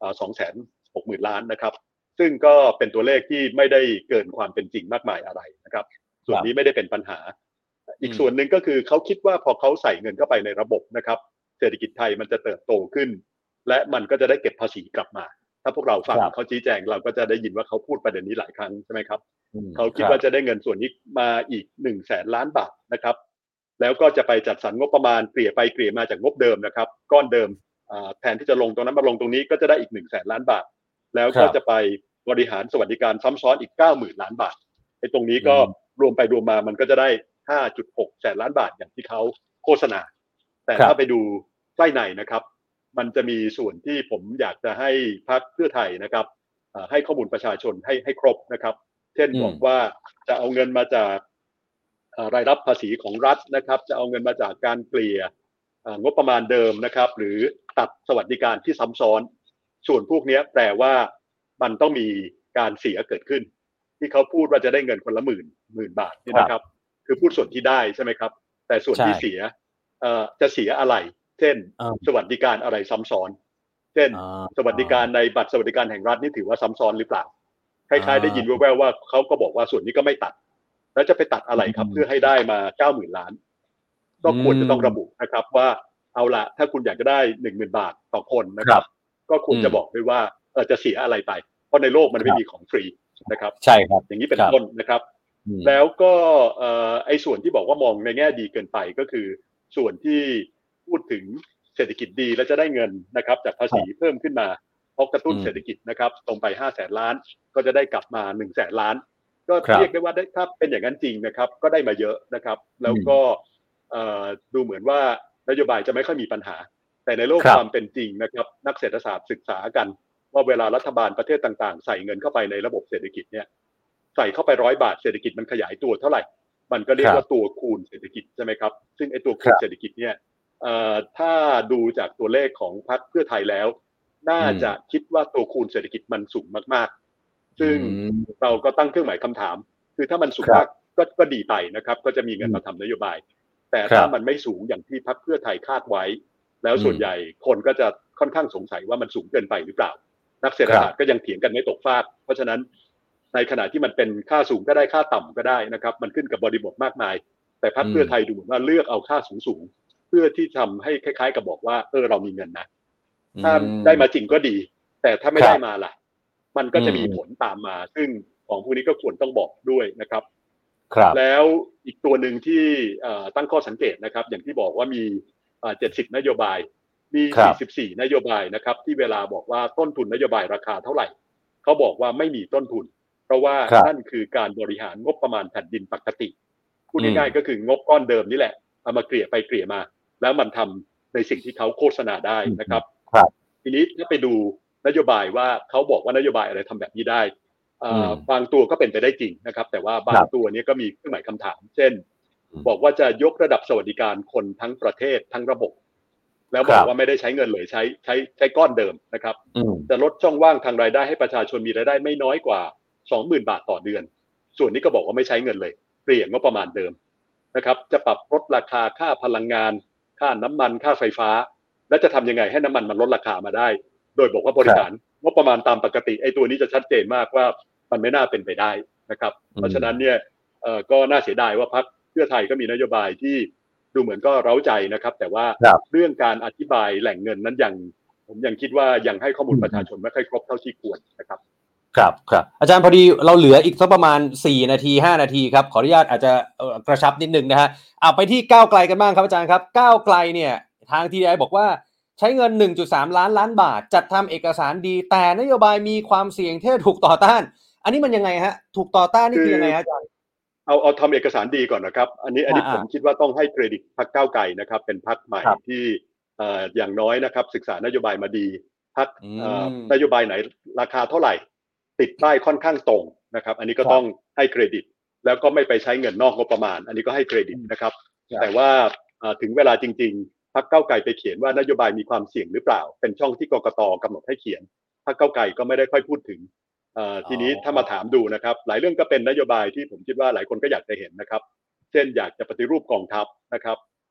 260,000 ล้านนะครับซึ่งก็เป็นตัวเลขที่ไม่ได้เกินความเป็นจริงมากมายอะไรนะครับส่วนนี้ไม่ได้เป็นปัญหาอีกส่วนหนึ่งก็คือเขาคิดว่าพอเขาใส่เงินเข้าไปในระบบนะครับเศรษฐกิจไทยมันจะเติบโตขึ้นและมันก็จะได้เก็บภาษีกลับมาถ้าพวกเราฟังเขาชี้แจงเราก็จะได้ยินว่าเขาพูดประเด็นนี้หลายครั้งใช่ไหมครับเขาคิดว่าจะได้เงินส่วนนี้มาอีก100,000 ล้านบาทนะครับแล้วก็จะไปจัดสรรงบประมาณเกลี่ยไปเกลี่ยมาจากงบเดิมนะครับก้อนเดิมแทนที่จะลงตรงนั้นมาลงตรงนี้ก็จะได้อีก100,000 ล้านบาทแล้วก็จะไปบริหารสวัสดิการซ้ำซ้อนอีก 90,000 ล้านบาทไอ้ตรงนี้ก็รวมไปรวมมามันก็จะได้ 5.6 แสนล้านบาทอย่างที่เขาโฆษณาแต่ถ้าไปดูใกล้ในนะครับมันจะมีส่วนที่ผมอยากจะให้พรรคเพื่อไทยนะครับให้ข้อมูลประชาชนให้ครบนะครับเช่นบอกว่าจะเอาเงินมาจากรายรับภาษีของรัฐนะครับจะเอาเงินมาจากการเกลี่ยงบประมาณเดิมนะครับหรือตัดสวัสดิการที่ซ้ำซ้อนส่วนพวกนี้แปลว่ามันต้องมีการเสียเกิดขึ้นที่เขาพูดว่าจะได้เงินคนละหมื่นบาทนี่นะครับคือพูดส่วนที่ได้ใช่ไหมครับแต่ส่วนที่เสียจะเสียอะไรเช่นสวัสดิการอะไรซ้ำซ้อนเช่นสวัสดิการในบัตรสวัสดิการแห่งรัฐนี่ถือว่าซ้ำซ้อนหรือเปล่าคล้ายๆได้ยินแว่วๆว่าเขาก็บอกว่าส่วนนี้ก็ไม่ตัดแล้วจะไปตัดอะไรครับเพื่อให้ได้มา 90,000 ล้านก็ควรจะต้องระบุนะครับว่าเอาละถ้าคุณอยากจะได้ 10,000 บาทต่อคนนะครับก็ควรจะบอกด้วยว่าจะเสียอะไรไปเพราะในโลกมันไม่มีของฟรีนะครับใช่ครับอย่างนี้เป็นต้นนะครับแล้วก็ไอ้ส่วนที่บอกว่ามองในแง่ดีเกินไปก็คือส่วนที่พูดถึงเศรษฐกิจดีและจะได้เงินนะครับจากภาษีเพิ่มขึ้นมาเพราะกระตุ้นเศรษฐกิจนะครับตรงไป 500,000 ล้านก็จะได้กลับมา 100,000 ล้านก็เรียกได้ว่าถ้าเป็นอย่างนั้นจริงนะครับก็ได้มาเยอะนะครับแล้วก็ดูเหมือนว่านโยบายจะไม่ค่อยมีปัญหาแต่ในโลกความเป็นจริงนะครับนักเศรษฐศาสตร์ศึกษากันว่าเวลารัฐบาลประเทศต่างๆใส่เงินเข้าไปในระบบเศรษฐกิจเนี่ยใส่เข้าไป100 บาทเศรษฐกิจมันขยายตัวเท่าไหร่มันก็เรียกว่าตัวคูณเศรษฐกิจใช่ไหมครับซึ่งไอ้ตัวคูณเศรษฐกิจเนี่ยถ้าดูจากตัวเลขของพรรคเพื่อไทยแล้วน่าจะคิดว่าตัวคูณเศรษฐกิจมันสูงมากๆซึ่งเราก็ตั้งเครื่องหมายคำถามคือถ้ามันสูงมากก็ดีไปนะครับก็จะมีเงินมาทำนโยบายแต่ถ้ามันไม่สูงอย่างที่พรรคเพื่อไทยคาดไว้แล้วส่วนใหญ่คนก็จะค่อนข้างสงสัยว่ามันสูงเกินไปหรือเปล่านักเศรษฐศาสตร์ก็ยังเถียงกันไม่ตกฟากเพราะฉะนั้นในขณะที่มันเป็นค่าสูงก็ได้ค่าต่ำก็ได้นะครับมันขึ้นกับบริบทมากมายแต่พรรคเพื่อไทยดูเหมือนว่าเลือกเอาค่าสูงเพื่อที่ทำให้คล้ายๆกับบอกว่าเรามีเงินนะถ้าได้มาจริงก็ดีแต่ถ้าไม่ได้มาล่ะมันก็จะมีผลตามมาซึ่งของพวกนี้ก็ควรต้องบอกด้วยนะครับแล้วอีกตัวหนึ่งที่ตั้งข้อสังเกตนะครับอย่างที่บอกว่ามี70นโยบายมี44นโยบายนะครับที่เวลาบอกว่าต้นทุนนโยบายราคาเท่าไหร่เขาบอกว่าไม่มีต้นทุนเพราะว่านั่นคือการบริหารงบประมาณแผ่นดินปกติพูดง่ายๆก็คืองบก้อนเดิมนี่แหละเอามาเกลี่ยไปเกลี่ยมาแล้วมันทำในสิ่งที่เขาโฆษณาได้นะครับทีนี้ถ้าไปดูนโยบายว่าเขาบอกว่านโยบายอะไรทำแบบนี้ได้บางตัวก็เป็นไปได้จริงนะครับแต่ว่าบางตัวนี้ก็มีเครื่องหมายคำถามเช่นบอกว่าจะยกระดับสวัสดิการคนทั้งประเทศทั้งระบบแล้วบอกว่าไม่ได้ใช้เงินเลยใช้ก้อนเดิมนะครับจะลดช่องว่างทางรายได้ให้ประชาชนมีรายได้ไม่น้อยกว่า 20,000 บาทต่อเดือนส่วนนี้ก็บอกว่าไม่ใช้เงินเลยเปลี่ยนงบประมาณเดิมนะครับจะปรับลดราคาค่าพลังงานค่าน้ำมันค่าไฟฟ้าและจะทำยังไงให้น้ำมันลดราคามาได้โดยบอกว่าบริหารงบประมาณตามปกติไอ้ตัวนี้จะชัดเจนมากว่ามันไม่น่าเป็นไปได้นะครับเพราะฉะนั้นเนี่ยก็น่าเสียดายว่าพรรคเพื่อไทยก็มีนโยบายที่ดูเหมือนก็เร้าใจนะครับแต่ว่าเรื่องการอธิบายแหล่งเงินนั้นผมยังคิดว่ายังให้ข้อมูลประชาชนไม่ค่อยครบเท่าที่ควรนะครับครับอาจารย์พอดีเราเหลืออีกสักประมาณ4นาที5นาทีครับขออนุญาตอาจจะกระชับนิดนึงนะฮะเอาไปที่ก้าวไกลกันบ้างครับอาจารย์ครับก้าวไกลเนี่ยทาง TDI บอกว่าใช้เงิน 1.3 ล้านบาทจัดทำเอกสารดีแต่นโยบายมีความเสี่ยงที่ถูกต่อต้านอันนี้มันยังไงฮะถูกต่อต้านนี่คือยังไงฮะอาจารย์เอาทำเอกสารดีก่อนนะครับอันนี้ผมคิดว่าต้องให้เครดิตพรรคก้าวไกลนะครับเป็นพรรคใหม่ที่อย่างน้อยนะครับศึกษานโยบายมาดีพรรคนโยบายไหนราคาเท่าไหร่ติดป้ายค่อนข้างตรงนะครับอันนี้ก็ต้องให้เครดิตแล้วก็ไม่ไปใช้เงินนอกงบประมาณอันนี้ก็ให้เครดิตนะครับแต่ว่าถึงเวลาจริงๆพรรคก้าวไกลไปเขียนว่านโยบายมีความเสี่ยงหรือเปล่าเป็นช่องที่กกต.กำหนดให้เขียนพรรคก้าวไกลก็ไม่ได้ค่อยพูดถึงทีนี้ถ้ามาถามดูนะครับหลายเรื่องก็เป็นนโยบายที่ผมคิดว่าหลายคนก็อยากจะเห็นนะครับเช่นอยากจะปฏิรูปกองทัพนะครับ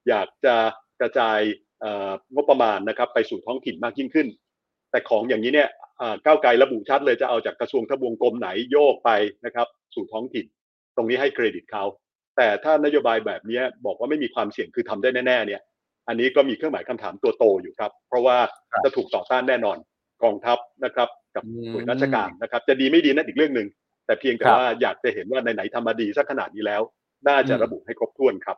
อยากจะกระจายงบประมาณนะครับไปสู่ท้องถิ่นมากยิ่งขึ้นแต่ของอย่างนี้เนี่ยก้าวไกลระบุชัดเลยจะเอาจากกระทรวงทบวงกรมไหนโยกไปนะครับสู่ท้องถิ่นตรงนี้ให้เครดิตเขาแต่ถ้านโยบายแบบนี้บอกว่าไม่มีความเสี่ยงคือทำได้แน่ๆเนี่ยอันนี้ก็มีเครื่องหมายคำถามตัวโตอยู่ครับเพราะว่าจะถูกต่อต้านแน่นอนกองทัพนะครับกับหน่วยราชการนะครับจะดีไม่ดีนั่นอีกเรื่องนึงแต่เพียงแต่ว่าอยากจะเห็นว่าไหนๆทำมาดีสักขนาดนี้แล้วน่าจะระบุให้ครบถ้วนครับ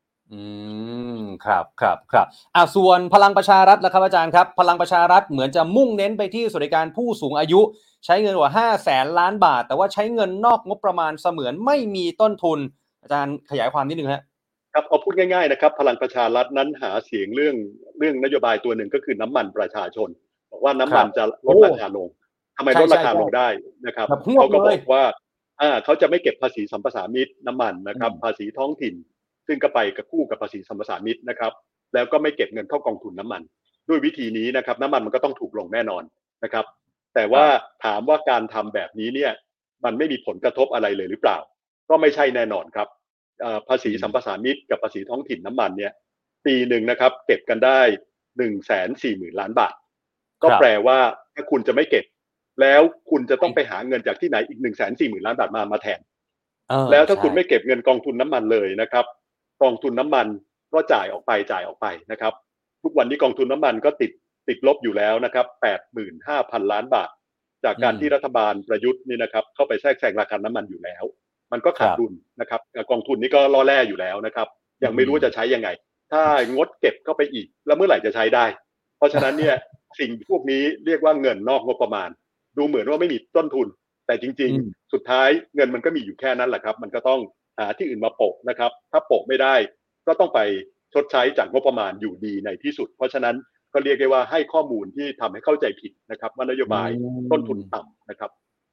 ครับส่วนพลังประชารัฐล่ะครับอาจารย์ครับพลังประชารัฐเหมือนจะมุ่งเน้นไปที่สวัสดิการผู้สูงอายุใช้เงินกว่า500,000 ล้านบาทแต่ว่าใช้เงินนอกงบประมาณเสมือนไม่มีต้นทุนอาจารย์ขยายความนิดนึงครับเอาพูดง่ายๆนะครับพลังประชารัฐนั้นหาเสียงเรื่องนโยบายตัวหนึ่งก็คือน้ำมันประชาชนบอกว่าน้ำมันจะลดราคาลงทำไมลดราคาลงได้นะครับเขาก็บอกว่าเขาจะไม่เก็บภาษีสัมปทานมิตรน้ำมันนะครับภาษีท้องถิ่นซึ่งก็ไปกับคู่กับภาษีสัมปทานมิตรนะครับแล้วก็ไม่เก็บเงินเข้ากองทุนน้ำมันด้วยวิธีนี้นะครับน้ำมันก็ต้องถูกลงแน่นอนนะครับแต่ว่าถามว่าการทำแบบนี้เนี่ยมันไม่มีผลกระทบอะไรเลยหรือเปล่าก็ไม่ใช่แน่นอนครับภาษีสัมปทานมิตรกับภาษีท้องถิ่นน้ำมันเนี่ยปีหนึ่งนะครับเก็บกันได้ 140,000 ล้านบาทก็แปลว่าถ้าคุณจะไม่เก็บแล้วคุณจะต้องไปหาเงินจากที่ไหนอีก 140,000 ล้านบาทมาแทนแล้วถ้าคุณไม่เก็บเงินกองทุนน้ำมันเลยนะครับกองทุนน้ำมันก็จ่ายออกไปนะครับทุกวันนี้กองทุนน้ำมันก็ติดลบอยู่แล้วนะครับ 85,000 ล้านบาทจากการที่รัฐบาลประยุทธ์นี่นะครับเข้าไปแทรกแซงราคาน้ำมันอยู่แล้วมันก็ขาดดุลนะครับกองทุนนี้ก็ล่อแร่อยู่แล้วนะครับยังไม่รู้จะใช้ยังไงถ้างดเก็บเข้าไปอีกแล้วเมื่อไหร่จะใช้ได้เพราะฉะนั้นเนี่ยสิ่งพวกนี้เรียกว่าเงินนอกงบประมาณดูเหมือนว่าไม่มีต้นทุนแต่จริงๆสุดท้ายเงินมันก็มีอยู่แค่นั้นแหละครับมันก็ต้องหาที่อื่นมาโปะนะครับถ้าโปะไม่ได้ก็ต้องไปชดใช้จากงบประมาณอยู่ดีในที่สุดเพราะฉะนั้นก็เรียกได้ว่าให้ข้อมูลที่ทำให้เข้าใจผิดนะครับว่านโยบายต้นทุนต่ำนะครับ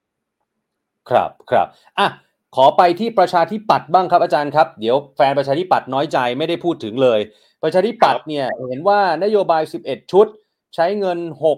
ครับขอไปที่ประชาธิปัตย์บ้างครับอาจารย์ครับเดี๋ยวแฟนประชาธิปัตย์น้อยใจไม่ได้พูดถึงเลยประชาธิปัตย์เนี่ยเห็นว่านโยบาย11ชุดใช้เงิน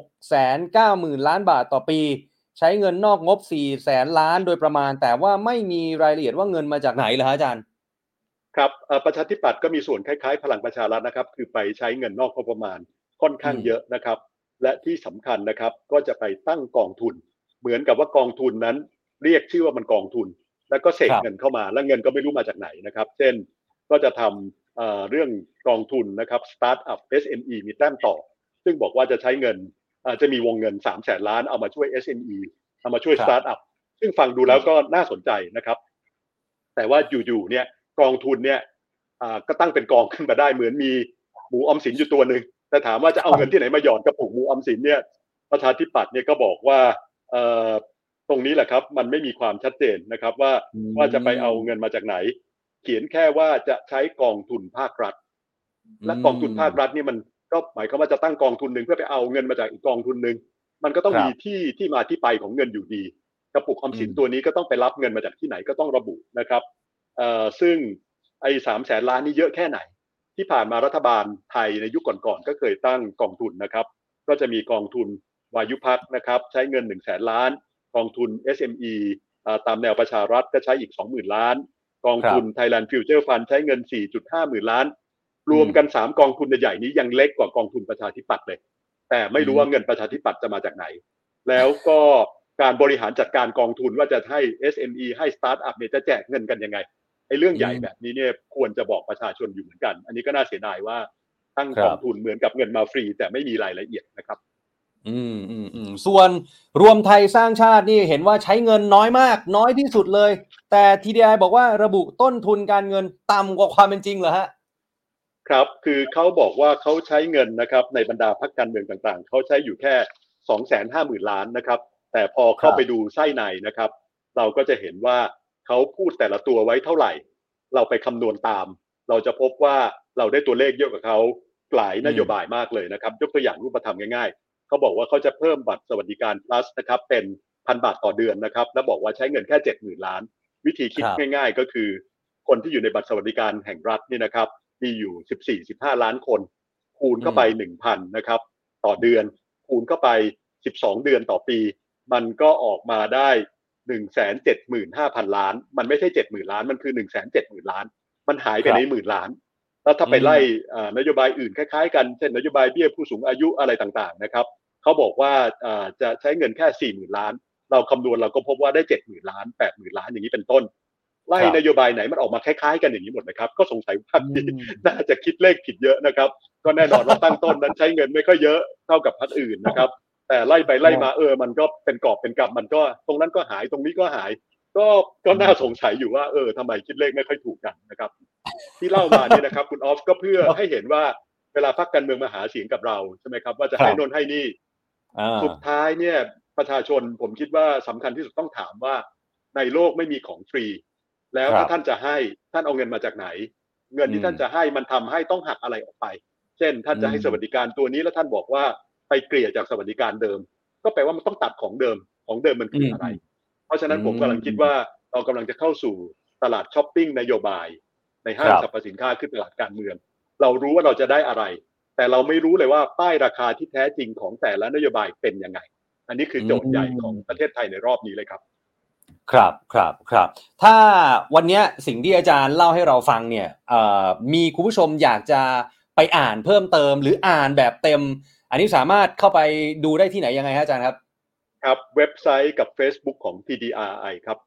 690,000 ล้านบาทต่อปีใช้เงินนอกงบ 400,000 ล้านโดยประมาณแต่ว่าไม่มีรายละเอียดว่าเงินมาจากไหนเหรออาจารย์ครับประชาธิปัตย์ก็มีส่วนคล้ายๆพลังประชารัฐนะครับคือไปใช้เงินนอกงบประมาณค่อนข้างเยอะนะครับและที่สำคัญนะครับก็จะไปตั้งกองทุนเหมือนกับว่ากองทุนนั้นเรียกชื่อว่ามันกองทุนแล้วก็เสกเงินเข้ามาแล้วเงินก็ไม่รู้มาจากไหนนะครับเช่นก็จะทำเรื่องกองทุนนะครับสตาร์ทอัพ SME มีแต้มต่อซึ่งบอกว่าจะใช้เงินจะมีวงเงิน 300,000 ล้านเอามาช่วย SME เอามาช่วยสตาร์ทอัพซึ่งฟังดูแล้วก็น่าสนใจนะครับแต่ว่าอยู่ๆเนี่ยกองทุนเนี่ยก็ตั้งเป็นกองขึ้นมาได้เหมือนมีหมูออมสินอยู่ตัวหนึ่งแต่ถามว่าจะเอาเงินที่ไหนมาหยอดกระปุกหมูออมสินเนี่ยประชาธิปัตย์เนี่ยก็บอกว่าตรงนี้แหละครับมันไม่มีความชัดเจนนะครับว่าจะไปเอาเงินมาจากไหนเขียนแค่ว่าจะใช้กองทุนภาครัฐและกองทุนภาครัฐนี่มันก็หมายความว่าจะตั้งกองทุนหนึ่งเพื่อไปเอาเงินมาจากอีกกองทุนหนึ่งมันก็ต้องมีที่มาที่ไปของเงินอยู่ดีกระปุกออมสินตัวนี้ก็ต้องไปรับเงินมาจากที่ไหนก็ต้องระบุนะครับซึ่งไอ้300,000 ล้านนี่เยอะแค่ไหนที่ผ่านมารัฐบาลไทยในยุคก่อนๆก็เคยตั้งกองทุนนะครับก็จะมีกองทุนวายุพักนะครับใช้เงิน 100,000 ล้านกองทุน SME ตามแนวประชารัฐก็ใช้อีก 20,000 ล้านกองทุน Thailand Future Fund ใช้เงิน 4.5 หมื่นล้านรวมกัน3กองทุนใหญ่ๆนี้ยังเล็กกว่ากองทุนประชาธิปัตย์เลยแต่ไม่รู้ว่าเงินประชาธิปัตย์จะมาจากไหนแล้วก็การบริหารจัดการกองทุนว่าจะให้ SME ให้ Startup เนี่ยจะแจกเงินกันยังไงไอ้เรื่องใหญ่แบบนี้เนี่ยควรจะบอกประชาชนอยู่เหมือนกันอันนี้ก็น่าเสียดายว่าตั้งกองทุนเหมือนกับเงินมาฟรีแต่ไม่มีรายละเอียดนะครับส่วนรวมไทยสร้างชาตินี่เห็นว่าใช้เงินน้อยมากน้อยที่สุดเลยแต่ TDI บอกว่าระบุต้นทุนการเงินต่ำกว่าความเป็นจริงเหรอฮะครับคือเขาบอกว่าเขาใช้เงินนะครับในบรรดาพรรคการเมืองต่างๆเขาใช้อยู่แค่ 250,000 ล้านนะครับแต่พอเข้าไปดูไส้ในนะครับเราก็จะเห็นว่าเขาพูดแต่ละตัวไว้เท่าไหร่เราไปคำนวณตามเราจะพบว่าเราได้ตัวเลขเยอะกว่าเขาหลายนโยบายมากเลยนะครับยกตัวอย่างรูปธรรมง่ายๆเขาบอกว่าเขาจะเพิ่มบัตรสวัสดิการ plus นะครับเป็น 1,000 บาทต่อเดือนนะครับแล้วบอกว่าใช้เงินแค่ 70,000 ล้านวิธีคิดง่ายๆก็คือคนที่อยู่ในบัตรสวัสดิการแห่งรัฐนี่นะครับมีอยู่ 14-15 ล้านคนคูณเข้าไป 1,000 นะครับต่อเดือนคูณเข้าไป12เดือนต่อปีมันก็ออกมาได้ 175,000 ล้านมันไม่ใช่ 70,000 ล้านมันคือ 170,000 ล้านมันหายไปในหมื่นล้านแล้วถ้าไปไล่นโยบายอื่นคล้ายๆกันเช่นนโยบายเบี้ยผู้สูงอายุอะไรต่างๆนะครับเขาบอกว่าจะใช้เงินแค่40,000 ล้านเราคำนวณเราก็พบว่าได้70,000 ล้าน80,000 ล้านอย่างนี้เป็นต้นไล่นโยบายไหนมันออกมาคล้ายๆกันอย่างนี้หมดนะครับก็สงสัยว่าน่าจะคิดเลขผิดเยอะนะครับก็แน่นอนว่าตั้งต้นนั้นใช้เงินไม่ค่อยเยอะเท่ากับพรรคอื่นนะครับแต่ไล่ไปไล่มามันก็เป็นกอบเป็นกำมันก็ตรงนั้นก็หายตรงนี้ก็หายก็น่าสงสัยอยู่ว่าทำไมคิดเลขไม่ค่อยถูกกันนะครับที่เล่ามาเนี่ยนะครับคุณออฟก็เพื่อให้เห็นว่าเวลาพรรคการเมืองมาหาเสียงกับเราใช่ไหมครับว่าจะให้โน่นให้นี่สุดท้ายเนี่ยประชาชนผมคิดว่าสำคัญที่สุดต้องถามว่าในโลกไม่มีของฟรีแล้วถ้าท่านจะให้ท่านเอาเงินมาจากไหนเงินที่ท่านจะให้มันทำให้ต้องหักอะไรออกไปเช่นท่านจะให้สวัสดิการตัวนี้แล้วท่านบอกว่าไปเกลี่ยจากสวัสดิการเดิมก็แปลว่ามันต้องตัดของเดิมมันคืออะไรเพราะฉะนั้นผมกำลังคิดว่าเรากำลังจะเข้าสู่ตลาดช้อปปิ้งนโยบายในห้างสรรพสินค้าคือตลาดการเมืองเรารู้ว่าเราจะได้อะไรแต่เราไม่รู้เลยว่าป้ายราคาที่แท้จริงของแต่ละนโยบายเป็นยังไงอันนี้คือโจทย์ใหญ่ของประเทศไทยในรอบนี้เลยครับครับถ้าวันนี้สิ่งที่อาจารย์เล่าให้เราฟังเนี่ยมีคุณผู้ชมอยากจะไปอ่านเพิ่มเติมหรืออ่านแบบเต็มอันนี้สามารถเข้าไปดูได้ที่ไหนยังไงฮะอาจารย์ครับครับเว็บไซต์กับ Facebook ของ TDRI ครับ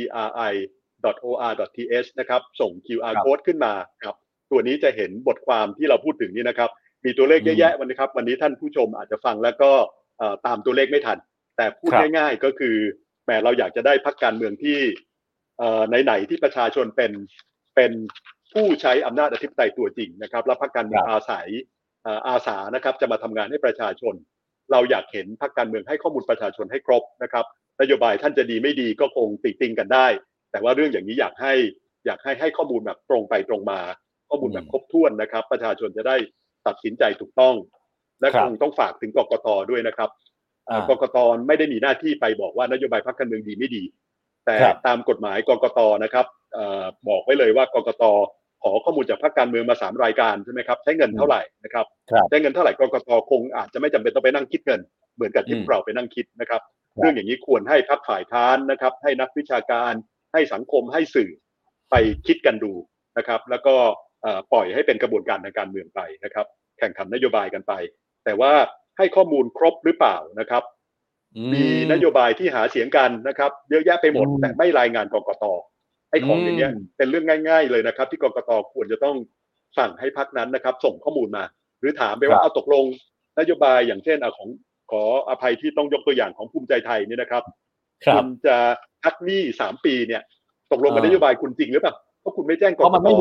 tdri.or.th นะครับส่ง QR code ขึ้นมาครับตัวนี้จะเห็นบทความที่เราพูดถึงนี่นะครับมีตัวเลขเยอะแยะวันนี้ครับวันนี้ท่านผู้ชมอาจจะฟังแล้วก็ตามตัวเลขไม่ทันแต่พูดง่ายๆก็คือแหมเราอยากจะได้พรรคการเมืองที่ไหนๆที่ประชาชนเป็นผู้ใช้อำนาจอธิปไตยตัวจริงนะครับและพรรคการเมืองอาสานะครับจะมาทำงานให้ประชาชนเราอยากเห็นพรรคการเมืองให้ข้อมูลประชาชนให้ครบนะครับนโยบายท่านจะดีไม่ดีก็คงติติงกันได้แต่ว่าเรื่องอย่างนี้อยากให้ข้อมูลแบบตรงไปตรงมาข้อมูลแบบครบถ้วนนะครับประชาชนจะได้ตัดสินใจถูกต้องและคงต้องฝากถึงกกต.ด้วยนะครับกกต.ไม่ได้มีหน้าที่ไปบอกว่านโยบายพรรคการเมืองดีไม่ดีแต่ตามกฎหมายกกต.นะครับบอกไว้เลยว่ากกต.ขอข้อมูลจากพรรคการเมืองมา3รายการใช่ไหมครับใช้เงินเท่าไหร่นะครับใช้เงินเท่าไหร่กกต.คงอาจจะไม่จำเป็นต้องไปนั่งคิดเงินเหมือนกับที่เราไปนั่งคิดนะครับเรื่องอย่างนี้ควรให้พรรคฝ่ายค้านนะครับให้นักวิชาการให้สังคมให้สื่อไปคิดกันดูนะครับแล้วก็ปล่อยให้เป็นกระบวนการทางการเมืองไปนะครับแข่งขันนโยบายกันไปแต่ว่าให้ข้อมูลครบหรือเปล่านะครับมีนโยบายที่หาเสียงกันนะครับเยอะแยะไปหมดแต่ไม่รายงานกกต.ไอ้ของอย่างเงี้ยเป็นเรื่องง่ายๆเลยนะครับที่กกต.ควรจะต้องสั่งให้พรรคนั้นนะครับส่งข้อมูลมาหรือถามไปว่าเอาตกลงนโยบายอย่างเช่นขออภัยที่ต้องยกตัวอย่างของภูมิใจไทยเนี่ยนะครับคุณจะพักหนี้3 ปีเนี่ยตกลงกับนโยบายคุณจริงหรือเปล่าเพราะคุณไม่แจ้งกกต.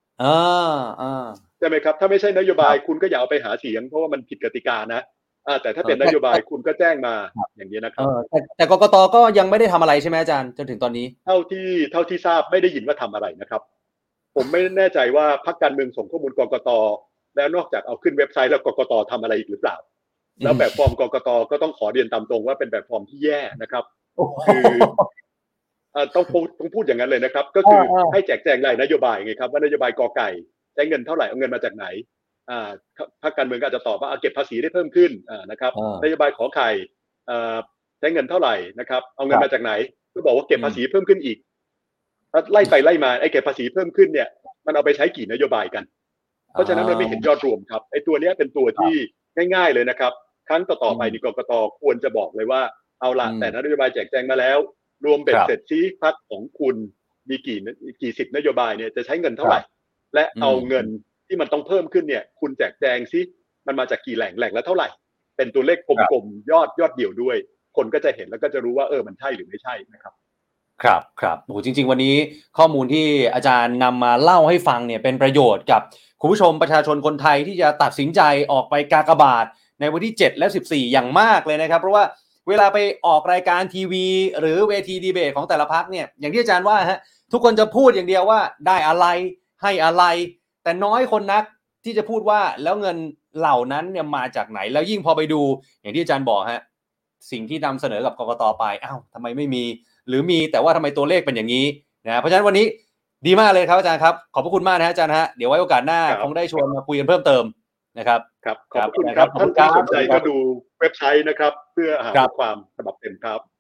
ใช่ไหมครับถ้าไม่ใช่นโยบายคุณก็อย่าเอาไปหาเสียงเพราะว่ามันผิดกติกานะแต่ถ้าเป็นนโยบายคุณก็แจ้งมาอย่างนี้นะครับแต่กกต.ก็ยังไม่ได้ทำอะไรใช่ไหมอาจารย์จนถึงตอนนี้เท่าที่ทราบไม่ได้ยินว่าทำอะไรนะครับผมไม่แน่ใจว่าพรรคการเมืองส่งข้อมูลกกต.แล้วนอกจากเอาขึ้นเว็บไซต์แล้วกกต.ทำอะไรอีกหรือเปล่าแล้วแบบฟอร์มกกต.ก็ต้องขอเรียนตามตรงว่าเป็นแบบฟอร์มที่แย่นะครับคือต้องพูดอย่างนั้นเลยนะครับก็คือให้แจกแจงรายนโยบายไงครับว่านโยบายกไก่ใช้เงินเท่าไหร่เอาเงินมาจากไหนพรรคการเมืองก็อาจจะตอบว่าเก็บภาษีได้เพิ่มขึ้นนะครับนโยบายขอไข่ใช้เงินเท่าไหร่นะครับเอาเงินมาจากไหนก็บอกว่าเก็บภาษีเพิ่มขึ้นอีกไล่ไปไล่มาไอ้เก็บภาษีเพิ่มขึ้นเนี่ยมันเอาไปใช้กี่นโยบายกันเพราะฉะนั้นมันไม่เห็นยอดรวมครับไอ้ตัวนี้เป็นตัวที่ง่ายๆเลยนะครับครั้งต่อๆไปนี่กกต.ควรจะบอกเลยว่าเอาล่ะแต่นโยบายแจกแจงมาแล้วรวมเบ็ดเสร็จชี้พรรคของคุณมีกี่สิบนโยบายเนี่ยจะใช้เงินเท่าไหร่และเอาเงินที่มันต้องเพิ่มขึ้นเนี่ยคุณแจกแจงซิมันมาจากกี่แหล่งแล้วเท่าไหร่เป็นตัวเลขกลมๆยอดเดี่ยวด้วยคนก็จะเห็นแล้วก็จะรู้ว่ามันใช่หรือไม่ใช่นะครับครับโอ้จริงๆวันนี้ข้อมูลที่อาจารย์นำมาเล่าให้ฟังเนี่ยเป็นประโยชน์กับคุณผู้ชมประชาชนคนไทยที่จะตัดสินใจออกไปกากบาทในวันที่7และ14อย่างมากเลยนะครับเพราะว่าเวลาไปออกรายการทีวีหรือเวทีดีเบตของแต่ละพรรคเนี่ยอย่างที่อาจารย์ว่าฮะทุกคนจะพูดอย่างเดียวว่าได้อะไรให้อะไรแต่น้อยคนนักที่จะพูดว่าแล้วเงินเหล่านั้นเนี่ยมาจากไหนแล้วยิ่งพอไปดูอย่างที่อาจารย์บอกฮะสิ่งที่นำเสนอกับกกต.ไปทำไมไม่มีหรือมีแต่ว่าทำไมตัวเลขเป็นอย่างนี้นะเพราะฉะนั้นวันนี้ดีมากเลยครับอาจารย์ครับขอบพระคุณมากนะอาจารย์ฮะเดี๋ยวไว้โอกาสหน้าคงได้ชวนมาคุยกันเพิ่มเติมนะครับขอบคุณครับท่านที่สนใจก็ดูเว็บไซต์นะครับเพื่อหาความฉบับเต็มครับ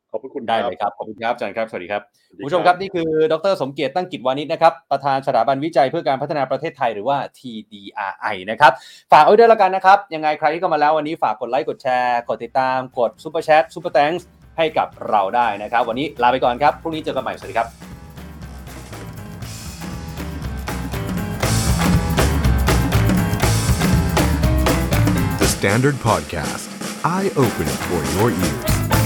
ขอบคุณได้เลยครับขอบคุณครับอาจารย์ครับสวัสดีครับผู้ชมครับนี่คือดร.สมเกียรติตั้งกิจวานิชนะครับประธานสถาบันวิจัยเพื่อการพัฒนาประเทศไทยหรือว่า TDRI นะครับฝากเอาไว้ด้วยแล้วกันนะครับยังไงใครที่เข้ามาแล้ววันนี้ฝากกดไลค์กดแชร์กดติดตามกดซุปเปอร์แชทซุปเปอร์แธงค์ให้กับเราได้นะครับวันนี้ลาไปก่อนครับพรุ่งนี้เจอกันใหม่สวัสดีครับ The Standard Podcast. Eye opening for your ears.